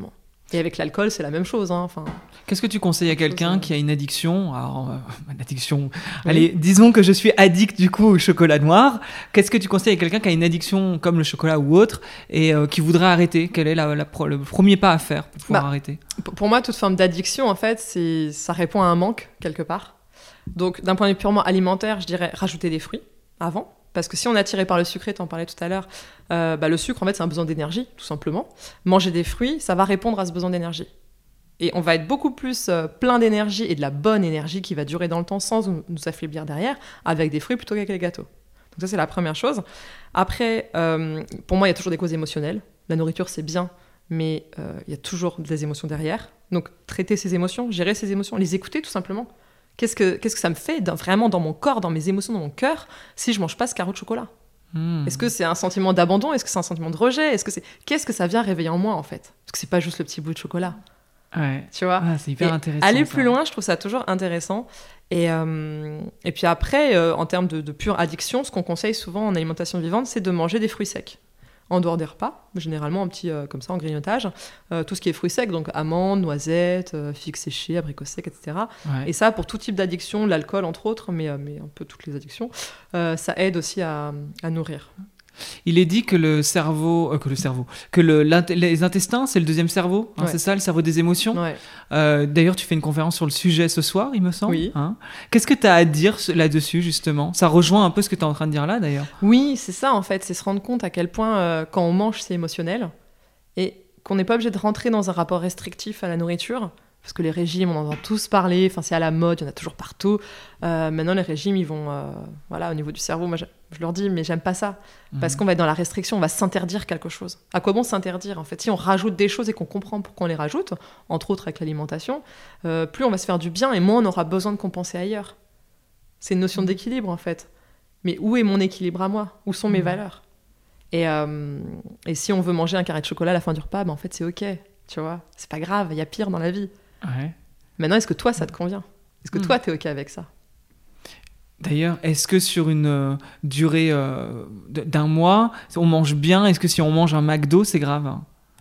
Et avec l'alcool, c'est la même chose. Hein. Enfin, Qu'est-ce que tu conseilles à quelqu'un chose, qui a une addiction alors, euh, une addiction. Oui. Allez, disons que je suis addict du coup au chocolat noir. Qu'est-ce que tu conseilles à quelqu'un qui a une addiction comme le chocolat ou autre et euh, qui voudrait arrêter? Quel est la, la, le premier pas à faire pour pouvoir Bah, arrêter? Pour moi, toute forme d'addiction, en fait, c'est, ça répond à un manque, quelque part. Donc, d'un point de vue purement alimentaire, je dirais rajouter des fruits avant. Parce que si on est attiré par le sucré, tu en parlais tout à l'heure, euh, bah, le sucre, en fait, c'est un besoin d'énergie, tout simplement. Manger des fruits, ça va répondre à ce besoin d'énergie. Et on va être beaucoup plus euh, plein d'énergie et de la bonne énergie qui va durer dans le temps sans nous, nous affaiblir derrière, avec des fruits plutôt qu'avec les gâteaux. Donc ça, c'est la première chose. Après, euh, pour moi, il y a toujours des causes émotionnelles. La nourriture, c'est bien, mais euh, il y a toujours des émotions derrière. Donc, traiter ces émotions, gérer ces émotions, les écouter tout simplement. Qu'est-ce que, qu'est-ce que ça me fait dans, vraiment dans mon corps, dans mes émotions, dans mon cœur, si je mange pas ce carreau de chocolat? Mmh. Est-ce que c'est un sentiment d'abandon? Est-ce que c'est un sentiment de rejet? Est-ce que c'est... Qu'est-ce que ça vient réveiller en moi, en fait? Parce que c'est pas juste le petit bout de chocolat. Ouais. Tu vois? Ah, c'est hyper et intéressant. Aller ça. plus loin, je trouve ça toujours intéressant. Et, euh, et puis après, euh, en termes de, de pure addiction, ce qu'on conseille souvent en alimentation vivante, c'est de manger des fruits secs. En dehors des repas, généralement un petit euh, comme ça en grignotage, euh, tout ce qui est fruits secs, donc amandes, noisettes, euh, figues séchées, abricots secs, et cetera. Ouais. Et ça, pour tout type d'addiction, l'alcool entre autres, mais, euh, mais un peu toutes les addictions, euh, ça aide aussi à, à nourrir. Il est dit que le cerveau, euh, que le cerveau, que le, les intestins, c'est le deuxième cerveau, hein, Ouais. c'est ça, le cerveau des émotions. Ouais. Euh, d'ailleurs, tu fais une conférence sur le sujet ce soir, il me semble. Oui. Hein. Qu'est-ce que tu as à dire là-dessus, justement? Ça rejoint un peu ce que tu es en train de dire là, d'ailleurs. Oui, c'est ça en fait, c'est se rendre compte à quel point euh, quand on mange, c'est émotionnel et qu'on n'est pas obligé de rentrer dans un rapport restrictif à la nourriture. Parce que les régimes, on en entend tous parler, enfin, c'est à la mode, il y en a toujours partout. Euh, maintenant, les régimes, ils vont... Euh, voilà, au niveau du cerveau, moi, je, je leur dis, mais j'aime pas ça. Mmh. Parce qu'on va être dans la restriction, on va s'interdire quelque chose. À quoi bon s'interdire, en fait? Si on rajoute des choses et qu'on comprend pourquoi on les rajoute, entre autres avec l'alimentation, euh, plus on va se faire du bien et moins on aura besoin de compenser ailleurs. C'est une notion d'équilibre, en fait. Mais où est mon équilibre à moi? Où sont mes mmh. valeurs? et, euh, et si on veut manger un carré de chocolat à la fin du repas, ben, en fait, c'est OK, tu vois? C'est pas grave, il y a pire dans la vie. Ouais. Maintenant, est-ce que toi, ça te convient? Est-ce que mmh. toi, t'es OK avec ça? D'ailleurs, est-ce que sur une euh, durée euh, d'un mois, on mange bien? Est-ce que si on mange un McDo, c'est grave?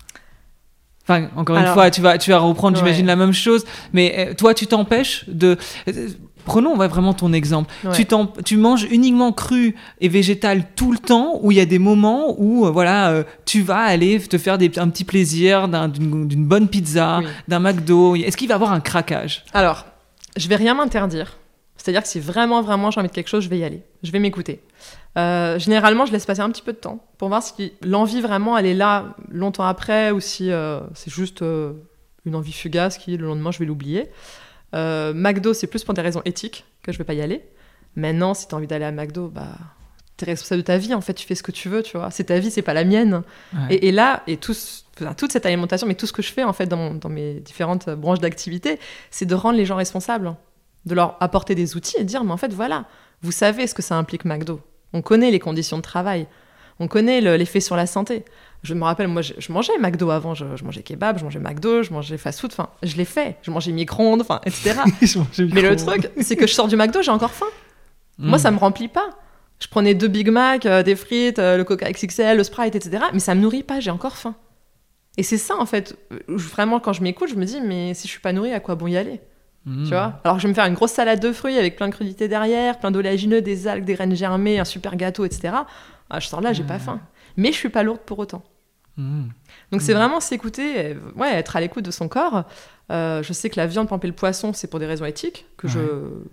Enfin, encore Alors, une fois, tu vas, tu vas reprendre, ouais. j'imagine, la même chose. Mais euh, toi, tu t'empêches de... Euh, prenons vraiment ton exemple. Ouais. Tu, tu manges uniquement cru et végétal tout le temps, ou il y a des moments où euh, voilà, euh, tu vas aller te faire des, un petit plaisir d'un, d'une, d'une bonne pizza, oui. d'un McDo. Est-ce qu'il va y avoir un craquage? Alors, je vais rien m'interdire. C'est-à-dire que si vraiment, vraiment j'ai envie de quelque chose, je vais y aller. Je vais m'écouter. Euh, généralement, je laisse passer un petit peu de temps pour voir si l'envie vraiment, elle est là longtemps après, ou si euh, c'est juste euh, une envie fugace qui, le lendemain, je vais l'oublier. Euh, McDo, c'est plus pour des raisons éthiques que je vais pas y aller. Maintenant, si tu as envie d'aller à McDo, bah, tu es responsable de ta vie, en fait, tu fais ce que tu veux, tu vois. C'est ta vie, c'est pas la mienne. Ouais. Et, et là, et tout, enfin, toute cette alimentation, mais tout ce que je fais, en fait, dans, mon, dans mes différentes branches d'activité, c'est de rendre les gens responsables, de leur apporter des outils et de dire, mais en fait, voilà, vous savez ce que ça implique McDo. On connaît les conditions de travail. On connaît le, l'effet sur la santé. Je me rappelle, moi, je, je mangeais McDo avant. Je, je mangeais kebab, je mangeais McDo, je mangeais fast-food. Enfin, je l'ai fait. Je mangeais micro-ondes, enfin, et cetera. Mais le truc, c'est que je sors du McDo, j'ai encore faim. Mmh. Moi, ça me remplit pas. Je prenais deux Big Mac, euh, des frites, euh, le Coca X X L, le Sprite, et cetera. Mais ça me nourrit pas, j'ai encore faim. Et c'est ça, en fait. Vraiment, quand je m'écoute, je me dis, mais si je suis pas nourrie, à quoi bon y aller? Mmh. Tu vois? Alors, je vais me faire une grosse salade de fruits avec plein de crudités derrière, plein d'oléagineux, des algues, des graines germées, un super gâteau, et cetera. Ah, je sors là, j'ai mmh. pas faim. Mais je suis pas lourde pour autant. Mmh. Donc, mmh. c'est vraiment s'écouter, ouais, être à l'écoute de son corps. Euh, je sais que la viande, par exemple, le poisson, c'est pour des raisons éthiques, que ouais. je...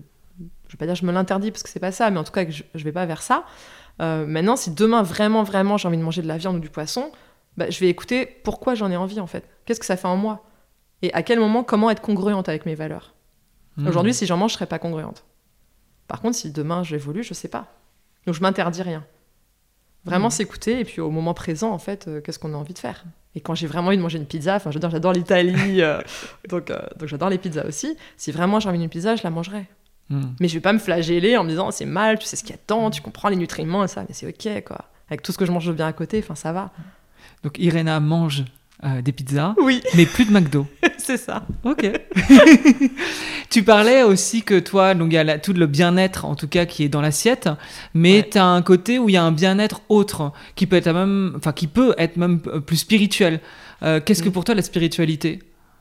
Je vais pas dire que je me l'interdis parce que c'est pas ça, mais en tout cas, que je, je vais pas vers ça. Euh, maintenant, si demain, vraiment, vraiment, j'ai envie de manger de la viande ou du poisson, bah, je vais écouter pourquoi j'en ai envie, en fait. Qu'est-ce que ça fait en moi? Et à quel moment, comment être congruente avec mes valeurs? Mmh. Aujourd'hui, si j'en mange, je serais pas congruente. Par contre, si demain, j'évolue, je sais pas. Donc, je m'interdis rien. Vraiment mmh. s'écouter, et puis au moment présent, en fait, euh, qu'est-ce qu'on a envie de faire? Et quand j'ai vraiment envie de manger une pizza, enfin, j'adore, j'adore l'Italie, euh, donc, euh, donc j'adore les pizzas aussi. Si vraiment j'ai envie d'une pizza, je la mangerai. Mmh. Mais je vais pas me flageller en me disant, c'est mal, tu sais ce qu'il y a dedans, tu comprends les nutriments et ça, mais c'est ok, quoi. Avec tout ce que je mange bien à côté, enfin, ça va. Donc, Irena mange euh, des pizzas, oui. mais plus de McDo. C'est ça. Ok. Tu parlais aussi que toi, donc il y a la, tout le bien-être, en tout cas, qui est dans l'assiette, mais ouais. tu as un côté où il y a un bien-être autre, qui peut être même, enfin, qui peut être même plus spirituel. Euh, qu'est-ce mmh. que pour toi la spiritualité ?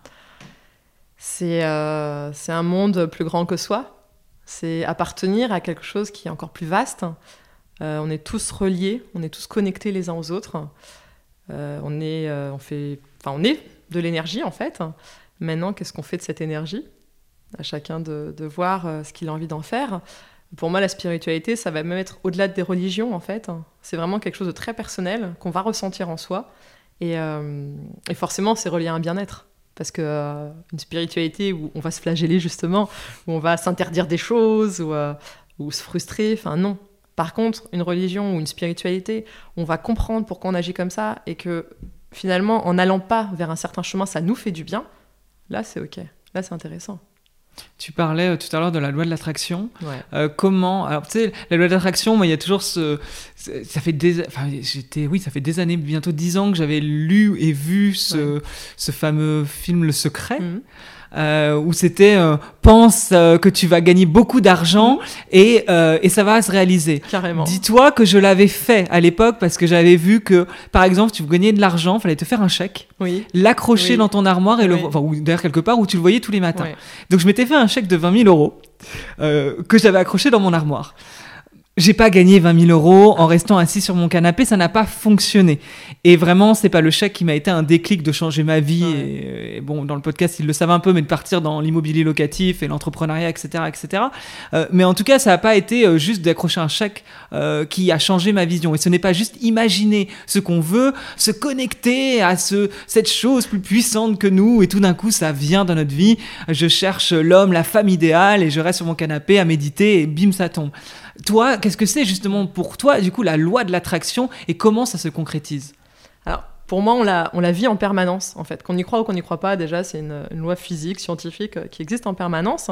C'est, euh, c'est un monde plus grand que soi. C'est appartenir à quelque chose qui est encore plus vaste. Euh, on est tous reliés, on est tous connectés les uns aux autres. Euh, on est, euh, on fait, enfin, on est de l'énergie en fait. Maintenant, qu'est-ce qu'on fait de cette énergie ? À chacun de, de voir euh, ce qu'il a envie d'en faire. Pour moi, la spiritualité, ça va même être au-delà des religions en fait. C'est vraiment quelque chose de très personnel qu'on va ressentir en soi. Et, euh, et forcément, c'est relié à un bien-être. Parce qu'une euh, spiritualité où on va se flageller justement, où on va s'interdire des choses, ou, euh, ou se frustrer, enfin non. Par contre, une religion ou une spiritualité, on va comprendre pourquoi on agit comme ça, et que finalement, en n'allant pas vers un certain chemin, ça nous fait du bien, là c'est ok, là c'est intéressant. Tu parlais euh, tout à l'heure de la loi de l'attraction. Ouais. Euh, comment alors tu sais, la loi de l'attraction, moi il y a toujours ce, ça fait des, enfin j'étais, oui, ça fait des années, bientôt dix ans que j'avais lu et vu ce, ouais. ce fameux film Le Secret. Mmh. Euh, où c'était euh, pense euh, que tu vas gagner beaucoup d'argent et, euh, et ça va se réaliser. Carrément. Dis-toi que je l'avais fait à l'époque parce que j'avais vu que, par exemple, tu gagnais de l'argent, il fallait te faire un chèque, oui. l'accrocher oui. dans ton armoire et oui. le, enfin, ou d'ailleurs quelque part où tu le voyais tous les matins. Oui. Donc je m'étais fait un chèque de vingt mille euros euh, que j'avais accroché dans mon armoire. J'ai pas gagné vingt mille euros en restant assis sur mon canapé, ça n'a pas fonctionné. Et vraiment, c'est pas le chèque qui m'a été un déclic de changer ma vie. Ouais. Et, et bon, dans le podcast, ils le savent un peu, mais de partir dans l'immobilier locatif et l'entrepreneuriat, et cetera, et cetera. Euh, mais en tout cas, ça n'a pas été euh, juste d'accrocher un chèque euh, qui a changé ma vision. Et ce n'est pas juste imaginer ce qu'on veut, se connecter à ce, cette chose plus puissante que nous, et tout d'un coup, ça vient dans notre vie. Je cherche l'homme, la femme idéale, et je reste sur mon canapé à méditer, et bim, ça tombe. Toi, qu'est-ce que c'est justement pour toi, du coup, la loi de l'attraction et comment ça se concrétise ? Alors, pour moi, on la, on la vit en permanence, en fait. Qu'on y croit ou qu'on n'y croit pas, déjà, c'est une, une loi physique, scientifique, euh, qui existe en permanence.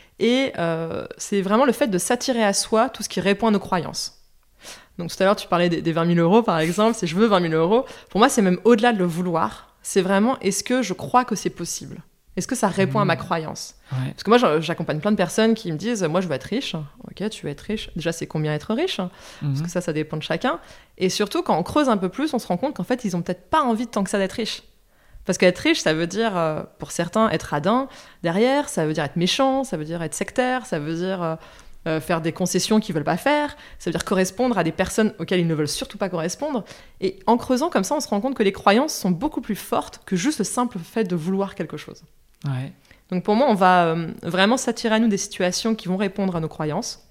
Et euh, c'est vraiment le fait de s'attirer à soi tout ce qui répond à nos croyances. Donc, tout à l'heure, tu parlais des, des vingt mille euros, par exemple. Si je veux vingt mille euros, pour moi, c'est même au-delà de le vouloir. C'est vraiment, est-ce que je crois que c'est possible ? Est-ce que ça répond mmh. à ma croyance ? Ouais. Parce que moi, j'accompagne plein de personnes qui me disent « Moi, je veux être riche. » Ok, tu veux être riche. Déjà, c'est combien être riche ? mmh. Parce que ça, ça dépend de chacun. Et surtout, quand on creuse un peu plus, on se rend compte qu'en fait, ils n'ont peut-être pas envie de tant que ça d'être riche. Parce qu'être riche, ça veut dire, euh, pour certains, être radin. Derrière, ça veut dire être méchant, ça veut dire être sectaire, ça veut dire euh, euh, faire des concessions qu'ils ne veulent pas faire, ça veut dire correspondre à des personnes auxquelles ils ne veulent surtout pas correspondre. Et en creusant comme ça, on se rend compte que les croyances sont beaucoup plus fortes que juste le simple fait de vouloir quelque chose. Ouais. Donc pour moi, on va euh, vraiment s'attirer à nous des situations qui vont répondre à nos croyances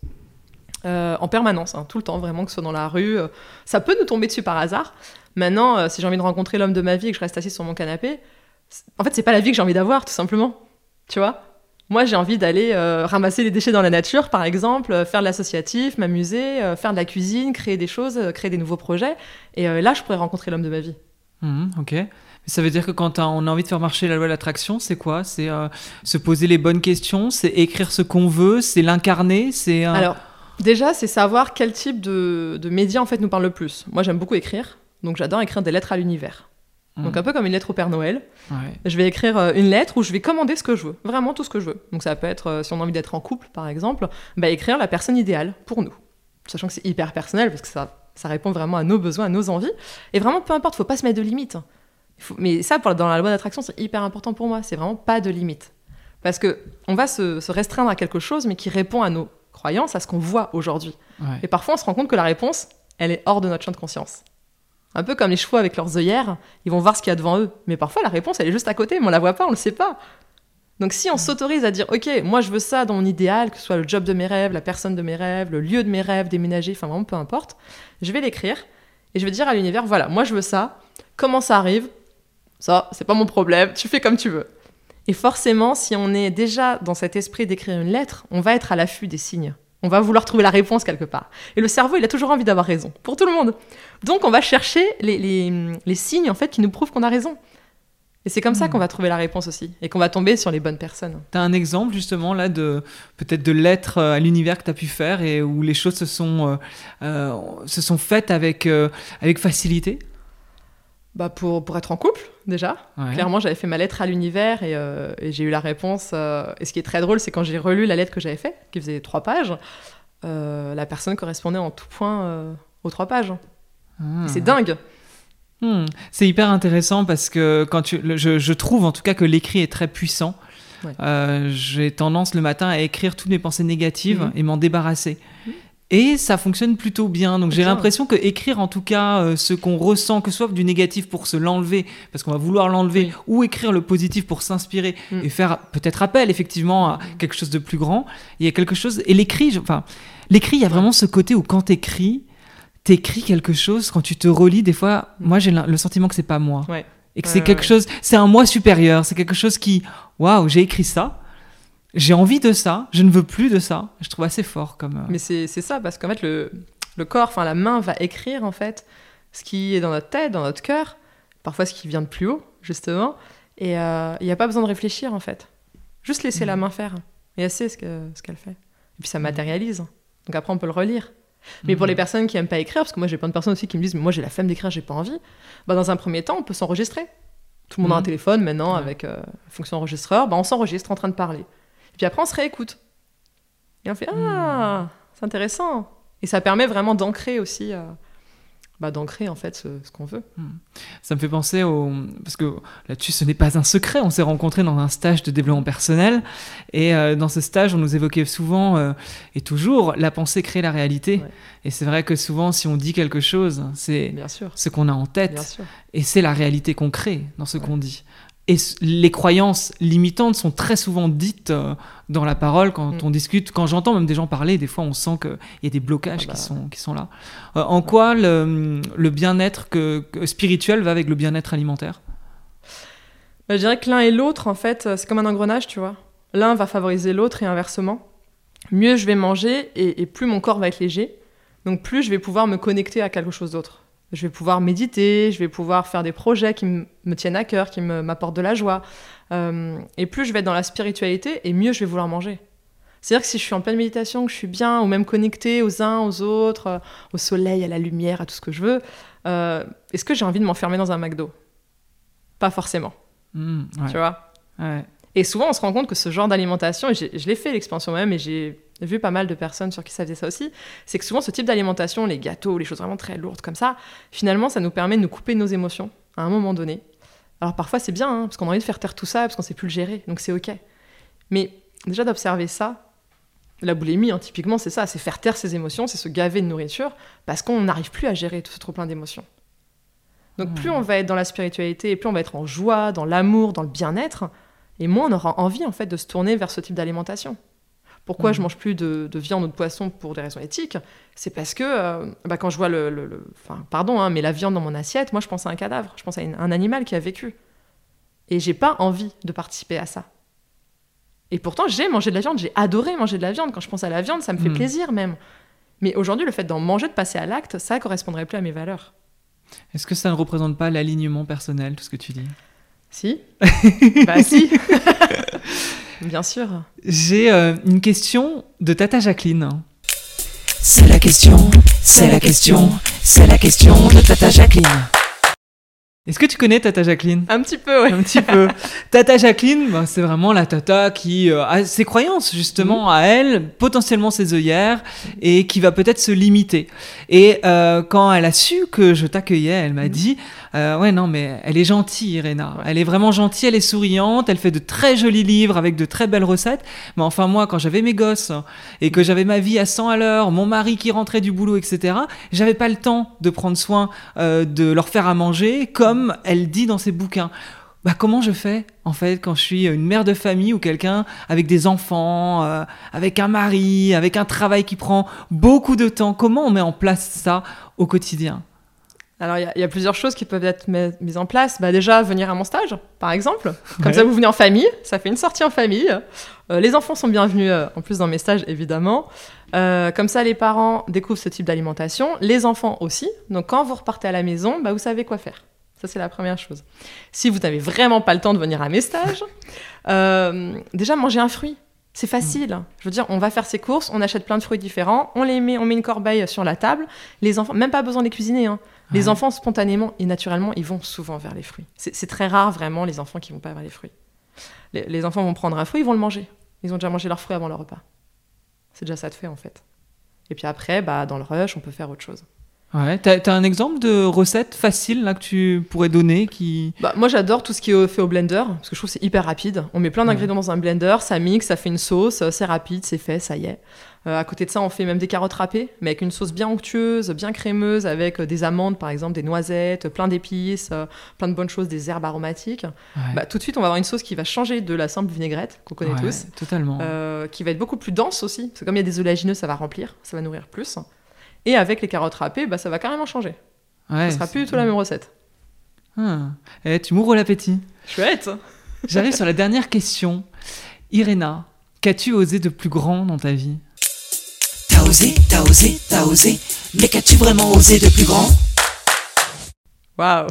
euh, en permanence, hein, tout le temps, vraiment, que ce soit dans la rue. Euh, ça peut nous tomber dessus par hasard. Maintenant, euh, si j'ai envie de rencontrer l'homme de ma vie et que je reste assise sur mon canapé, en fait, c'est pas la vie que j'ai envie d'avoir, tout simplement. Tu vois ? Moi, j'ai envie d'aller euh, ramasser les déchets dans la nature, par exemple, euh, faire de l'associatif, m'amuser, euh, faire de la cuisine, créer des choses, euh, créer des nouveaux projets. Et euh, là, je pourrais rencontrer l'homme de ma vie. Mmh, ok. Ça veut dire que quand on a envie de faire marcher la loi de l'attraction, c'est quoi ? C'est euh, se poser les bonnes questions, c'est écrire ce qu'on veut, c'est l'incarner, c'est... Euh... Alors, déjà, c'est savoir quel type de, de média, en fait, nous parle le plus. Moi, j'aime beaucoup écrire, donc j'adore écrire des lettres à l'univers. Mmh. Donc un peu comme une lettre au Père Noël. Ouais. Je vais écrire euh, une lettre où je vais commander ce que je veux, vraiment tout ce que je veux. Donc ça peut être, euh, si on a envie d'être en couple, par exemple, bah, écrire la personne idéale pour nous. Sachant que c'est hyper personnel, parce que ça, ça répond vraiment à nos besoins, à nos envies. Et vraiment, peu importe, il ne faut pas se mettre de limites. Faut... Mais ça, pour, dans la loi d'attraction, c'est hyper important pour moi. C'est vraiment pas de limite. Parce qu'on va se, se restreindre à quelque chose, mais qui répond à nos croyances, à ce qu'on voit aujourd'hui. Ouais. Et parfois, on se rend compte que la réponse, elle est hors de notre champ de conscience. Un peu comme les chevaux avec leurs œillères, ils vont voir ce qu'il y a devant eux. Mais parfois, la réponse, elle est juste à côté, mais on la voit pas, on le sait pas. Donc si on s'autorise à dire « Ok, moi je veux ça dans mon idéal, que ce soit le job de mes rêves, la personne de mes rêves, le lieu de mes rêves, déménager, enfin vraiment peu importe, je vais l'écrire et je vais dire à l'univers « Voilà, moi je veux ça, comment ça arrive ? Ça, c'est pas mon problème, tu fais comme tu veux. » Et forcément, si on est déjà dans cet esprit d'écrire une lettre, on va être à l'affût des signes. On va vouloir trouver la réponse quelque part. Et le cerveau, il a toujours envie d'avoir raison, pour tout le monde. Donc on va chercher les, les, les signes en fait, qui nous prouvent qu'on a raison. Et c'est comme mmh. ça qu'on va trouver la réponse aussi, et qu'on va tomber sur les bonnes personnes. Tu as un exemple justement là, de, peut-être de lettres à l'univers que tu as pu faire, et où les choses se sont, euh, euh, se sont faites avec, euh, avec facilité ? Bah pour, pour être en couple, déjà. Ouais. Clairement, j'avais fait ma lettre à l'univers et, euh, et j'ai eu la réponse. Euh, et ce qui est très drôle, c'est quand j'ai relu la lettre que j'avais faite, qui faisait trois pages, euh, la personne correspondait en tout point euh, aux trois pages. Ah. Et c'est dingue. Hmm. C'est hyper intéressant parce que quand tu, le, je, je trouve en tout cas que l'écrit est très puissant. Ouais. Euh, j'ai tendance le matin à écrire toutes mes pensées négatives mmh. et m'en débarrasser. Mmh. Et ça fonctionne plutôt bien. Donc j'ai l'impression que écrire en tout cas euh, ce qu'on ressent, que ce soit du négatif pour se l'enlever, parce qu'on va vouloir l'enlever, oui. ou écrire le positif pour s'inspirer mmh. et faire peut-être appel effectivement à quelque chose de plus grand. Il y a quelque chose... Et l'écrit, enfin, l'écrit, il y a vraiment ce côté où quand t'écris, t'écris quelque chose, quand tu te relis, des fois, mmh. moi j'ai le sentiment que c'est pas moi. Ouais. Et que c'est euh, quelque chose, c'est un moi supérieur, c'est quelque chose qui, waouh, j'ai écrit ça, j'ai envie de ça, je ne veux plus de ça. Je trouve assez fort comme. Euh... Mais c'est, c'est ça, parce qu'en fait, le, le corps, enfin la main va écrire en fait ce qui est dans notre tête, dans notre cœur, parfois ce qui vient de plus haut, justement, et il euh, n'y a pas besoin de réfléchir en fait. Juste laisser mmh. la main faire, et elle sait ce, que, ce qu'elle fait. Et puis ça matérialise, donc après on peut le relire. Mais mmh. pour les personnes qui n'aiment pas écrire, parce que moi j'ai plein de personnes aussi qui me disent mais moi j'ai la flemme d'écrire, j'ai pas envie, bah, dans un premier temps on peut s'enregistrer. Tout le monde mmh. a un téléphone maintenant ouais. avec euh, fonction enregistreur, bah, on s'enregistre en train de parler. Et puis après on se réécoute. Et on fait ah, mmh. c'est intéressant. Et ça permet vraiment d'ancrer aussi, euh, bah, d'ancrer en fait ce, ce qu'on veut. Mmh. Ça me fait penser au... Parce que là-dessus ce n'est pas un secret, on s'est rencontrés dans un stage de développement personnel et euh, dans ce stage on nous évoquait souvent euh, et toujours la pensée crée la réalité. Ouais. Et c'est vrai que souvent si on dit quelque chose, c'est ce qu'on a en tête et c'est la réalité qu'on crée dans ce ouais. qu'on dit. Et les croyances limitantes sont très souvent dites euh, dans la parole quand mmh. on discute. Quand j'entends même des gens parler, des fois on sent qu'il y a des blocages ah bah, qui, sont, qui sont là. Euh, en ouais. quoi le, le bien-être que, que spirituel va avec le bien-être alimentaire ? bah, Je dirais que l'un et l'autre, en fait, c'est comme un engrenage, tu vois. L'un va favoriser l'autre et inversement. Mieux je vais manger et, et plus mon corps va être léger. Donc plus je vais pouvoir me connecter à quelque chose d'autre. Je vais pouvoir méditer, je vais pouvoir faire des projets qui m- me tiennent à cœur, qui me, m'apportent de la joie. Euh, et plus je vais être dans la spiritualité, et mieux je vais vouloir manger. C'est-à-dire que si je suis en pleine méditation, que je suis bien, ou même connectée aux uns, aux autres, euh, au soleil, à la lumière, à tout ce que je veux, euh, est-ce que j'ai envie de m'enfermer dans un McDo ? Pas forcément. Mmh, ouais. Tu vois ? Ouais. Et souvent, on se rend compte que ce genre d'alimentation, et j'ai, je l'ai fait l'expérience moi-même, et j'ai vu pas mal de personnes sur qui ça faisait ça aussi, c'est que souvent ce type d'alimentation, les gâteaux, les choses vraiment très lourdes comme ça, finalement ça nous permet de nous couper nos émotions à un moment donné. Alors parfois c'est bien, hein, parce qu'on a envie de faire taire tout ça, parce qu'on sait plus le gérer, donc c'est ok. Mais déjà d'observer ça, la boulimie hein, typiquement c'est ça, c'est faire taire ses émotions, c'est se gaver de nourriture, parce qu'on n'arrive plus à gérer tout ce trop plein d'émotions. Donc mmh. plus on va être dans la spiritualité, et plus on va être en joie, dans l'amour, dans le bien-être, et moins on aura envie en fait de se tourner vers ce type d'alimentation. Pourquoi mmh. je mange plus de, de viande ou de poisson pour des raisons éthiques ? C'est parce que euh, bah, quand je vois le, le, le enfin, pardon, hein, mais la viande dans mon assiette, moi je pense à un cadavre, je pense à une, un animal qui a vécu. Et j'ai pas envie de participer à ça. Et pourtant j'ai mangé de la viande, j'ai adoré manger de la viande. Quand je pense à la viande, ça me fait mmh. plaisir même. Mais aujourd'hui, le fait d'en manger, de passer à l'acte, ça correspondrait plus à mes valeurs. Est-ce que ça ne représente pas l'alignement personnel, tout ce que tu dis ? Si. Bah si. Bien sûr. J'ai euh, une question de Tata Jacqueline. C'est la question, c'est la question, c'est la question de Tata Jacqueline. Est-ce que tu connais Tata Jacqueline ? Un petit peu, oui. Un petit peu. Tata Jacqueline, bah, c'est vraiment la tata qui euh, a ses croyances, justement, mmh. à elle, potentiellement ses œillères, et qui va peut-être se limiter. Et euh, quand elle a su que je t'accueillais, elle m'a mmh. dit euh, « Ouais, non, mais elle est gentille, Irena. Ouais. Elle est vraiment gentille, elle est souriante, elle fait de très jolis livres avec de très belles recettes. Mais enfin, moi, quand j'avais mes gosses et que j'avais ma vie à cent à l'heure, mon mari qui rentrait du boulot, et cetera, j'avais pas le temps de prendre soin euh, de leur faire à manger, comme Comme elle dit dans ses bouquins. Bah, comment je fais, en fait, quand je suis une mère de famille ou quelqu'un avec des enfants, euh, avec un mari, avec un travail qui prend beaucoup de temps ? Comment on met en place ça au quotidien ? Alors, il y, y a plusieurs choses qui peuvent être mises en place. Bah, déjà, venir à mon stage, par exemple. Comme ouais. ça, vous venez en famille. Ça fait une sortie en famille. Euh, les enfants sont bienvenus, euh, en plus, dans mes stages, évidemment. Euh, comme ça, les parents découvrent ce type d'alimentation. Les enfants aussi. Donc, quand vous repartez à la maison, bah, vous savez quoi faire. Ça, c'est la première chose. Si vous n'avez vraiment pas le temps de venir à mes stages, euh, déjà, mangez un fruit. C'est facile. Mmh. Je veux dire, on va faire ses courses, on achète plein de fruits différents, on les met, on met une corbeille sur la table. Les enfants, même pas besoin de les cuisiner. Hein. Ouais. Les enfants, spontanément et naturellement, ils vont souvent vers les fruits. C'est, c'est très rare, vraiment, les enfants qui ne vont pas vers les fruits. Les, les enfants vont prendre un fruit, ils vont le manger. Ils ont déjà mangé leurs fruits avant leur repas. C'est déjà ça de fait, en fait. Et puis après, bah, dans le rush, on peut faire autre chose. Ouais, t'as, t'as un exemple de recette facile là que tu pourrais donner qui... Bah, moi, j'adore tout ce qui est fait au blender, parce que je trouve que c'est hyper rapide. On met plein d'ingrédients Ouais. dans un blender, ça mixe, ça fait une sauce, c'est rapide, c'est fait, ça y est. Euh, à côté de ça, on fait même des carottes râpées, mais avec une sauce bien onctueuse, bien crémeuse, avec euh, des amandes, par exemple, des noisettes, plein d'épices, euh, plein de bonnes choses, des herbes aromatiques. Ouais. Bah, tout de suite, on va avoir une sauce qui va changer de la simple vinaigrette qu'on connaît Ouais, tous, totalement. euh, qui va être beaucoup plus dense aussi, parce que comme il y a des oléagineux, ça va remplir, ça va nourrir plus. Et avec les carottes râpées, bah, ça va carrément changer. Ouais, Ce sera c'est- plus du tout la même recette. Ah. Eh, tu m'ouvres l'appétit. Chouette. J'arrive sur la dernière question. Iréna, qu'as-tu osé de plus grand dans ta vie? T'as osé, t'as osé, t'as osé, mais qu'as-tu vraiment osé de plus grand? Waouh.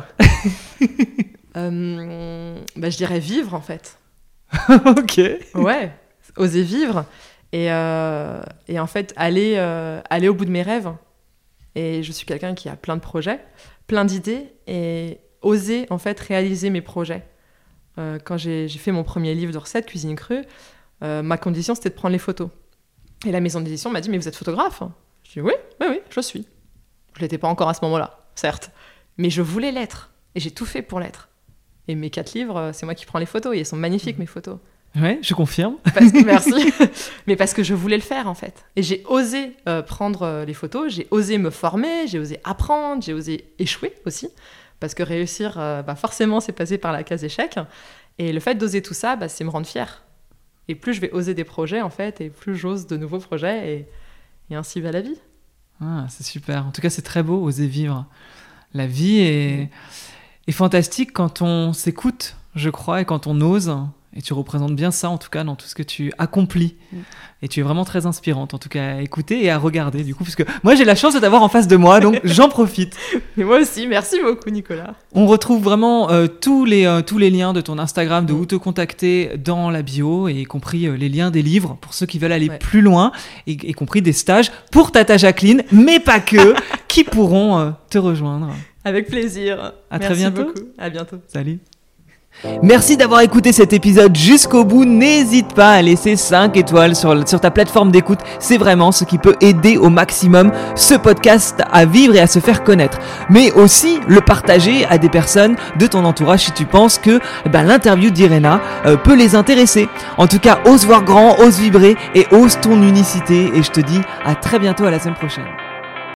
Euh, bah, je dirais vivre en fait. Ok. Ouais, oser vivre et, euh, et en fait aller, euh, aller au bout de mes rêves. Et je suis quelqu'un qui a plein de projets, plein d'idées et oser en fait réaliser mes projets. Euh, quand j'ai, j'ai fait mon premier livre de recettes, Cuisine crue, euh, ma condition c'était de prendre les photos. Et la maison d'édition m'a dit « Mais vous êtes photographe ?» Je dis « Oui, oui, oui, je suis. » Je ne l'étais pas encore à ce moment-là, certes. Mais je voulais l'être. Et j'ai tout fait pour l'être. Et mes quatre livres, c'est moi qui prends les photos. Et elles sont magnifiques, mes photos. Ouais, je confirme. Parce que, merci. Mais parce que je voulais le faire, en fait. Et j'ai osé euh, prendre euh, les photos. J'ai osé me former. J'ai osé apprendre. J'ai osé échouer aussi. Parce que réussir, euh, bah, forcément, c'est passer par la case échec. Et le fait d'oser tout ça, bah, c'est me rendre fière. Et plus je vais oser des projets, en fait, et plus j'ose de nouveaux projets. Et, et ainsi va la vie. Ah, c'est super. En tout cas, c'est très beau, oser vivre. La vie est, est fantastique quand on s'écoute, je crois, et quand on ose. Et tu représentes bien ça, en tout cas, dans tout ce que tu accomplis. Mm. Et tu es vraiment très inspirante, en tout cas, à écouter et à regarder, du coup, parce que moi, j'ai la chance de t'avoir en face de moi, donc j'en profite. Et moi aussi, merci beaucoup, Nicolas. On retrouve vraiment euh, tous, les, euh, tous les liens de ton Instagram, de où te contacter dans la bio, et y compris euh, les liens des livres pour ceux qui veulent aller Ouais. plus loin, et y compris des stages pour Tata Jacqueline, mais pas que, qui pourront euh, te rejoindre. Avec plaisir. À très Merci bientôt. beaucoup. À bientôt. Salut. Merci d'avoir écouté cet épisode jusqu'au bout. N'hésite pas à laisser cinq étoiles sur, sur ta plateforme d'écoute. C'est vraiment ce qui peut aider au maximum ce podcast à vivre et à se faire connaître. Mais aussi le partager à des personnes de ton entourage si tu penses que eh ben, l'interview d'Iréna euh, peut les intéresser. En tout cas, ose voir grand, ose vibrer et ose ton unicité. Et je te dis à très bientôt, à la semaine prochaine.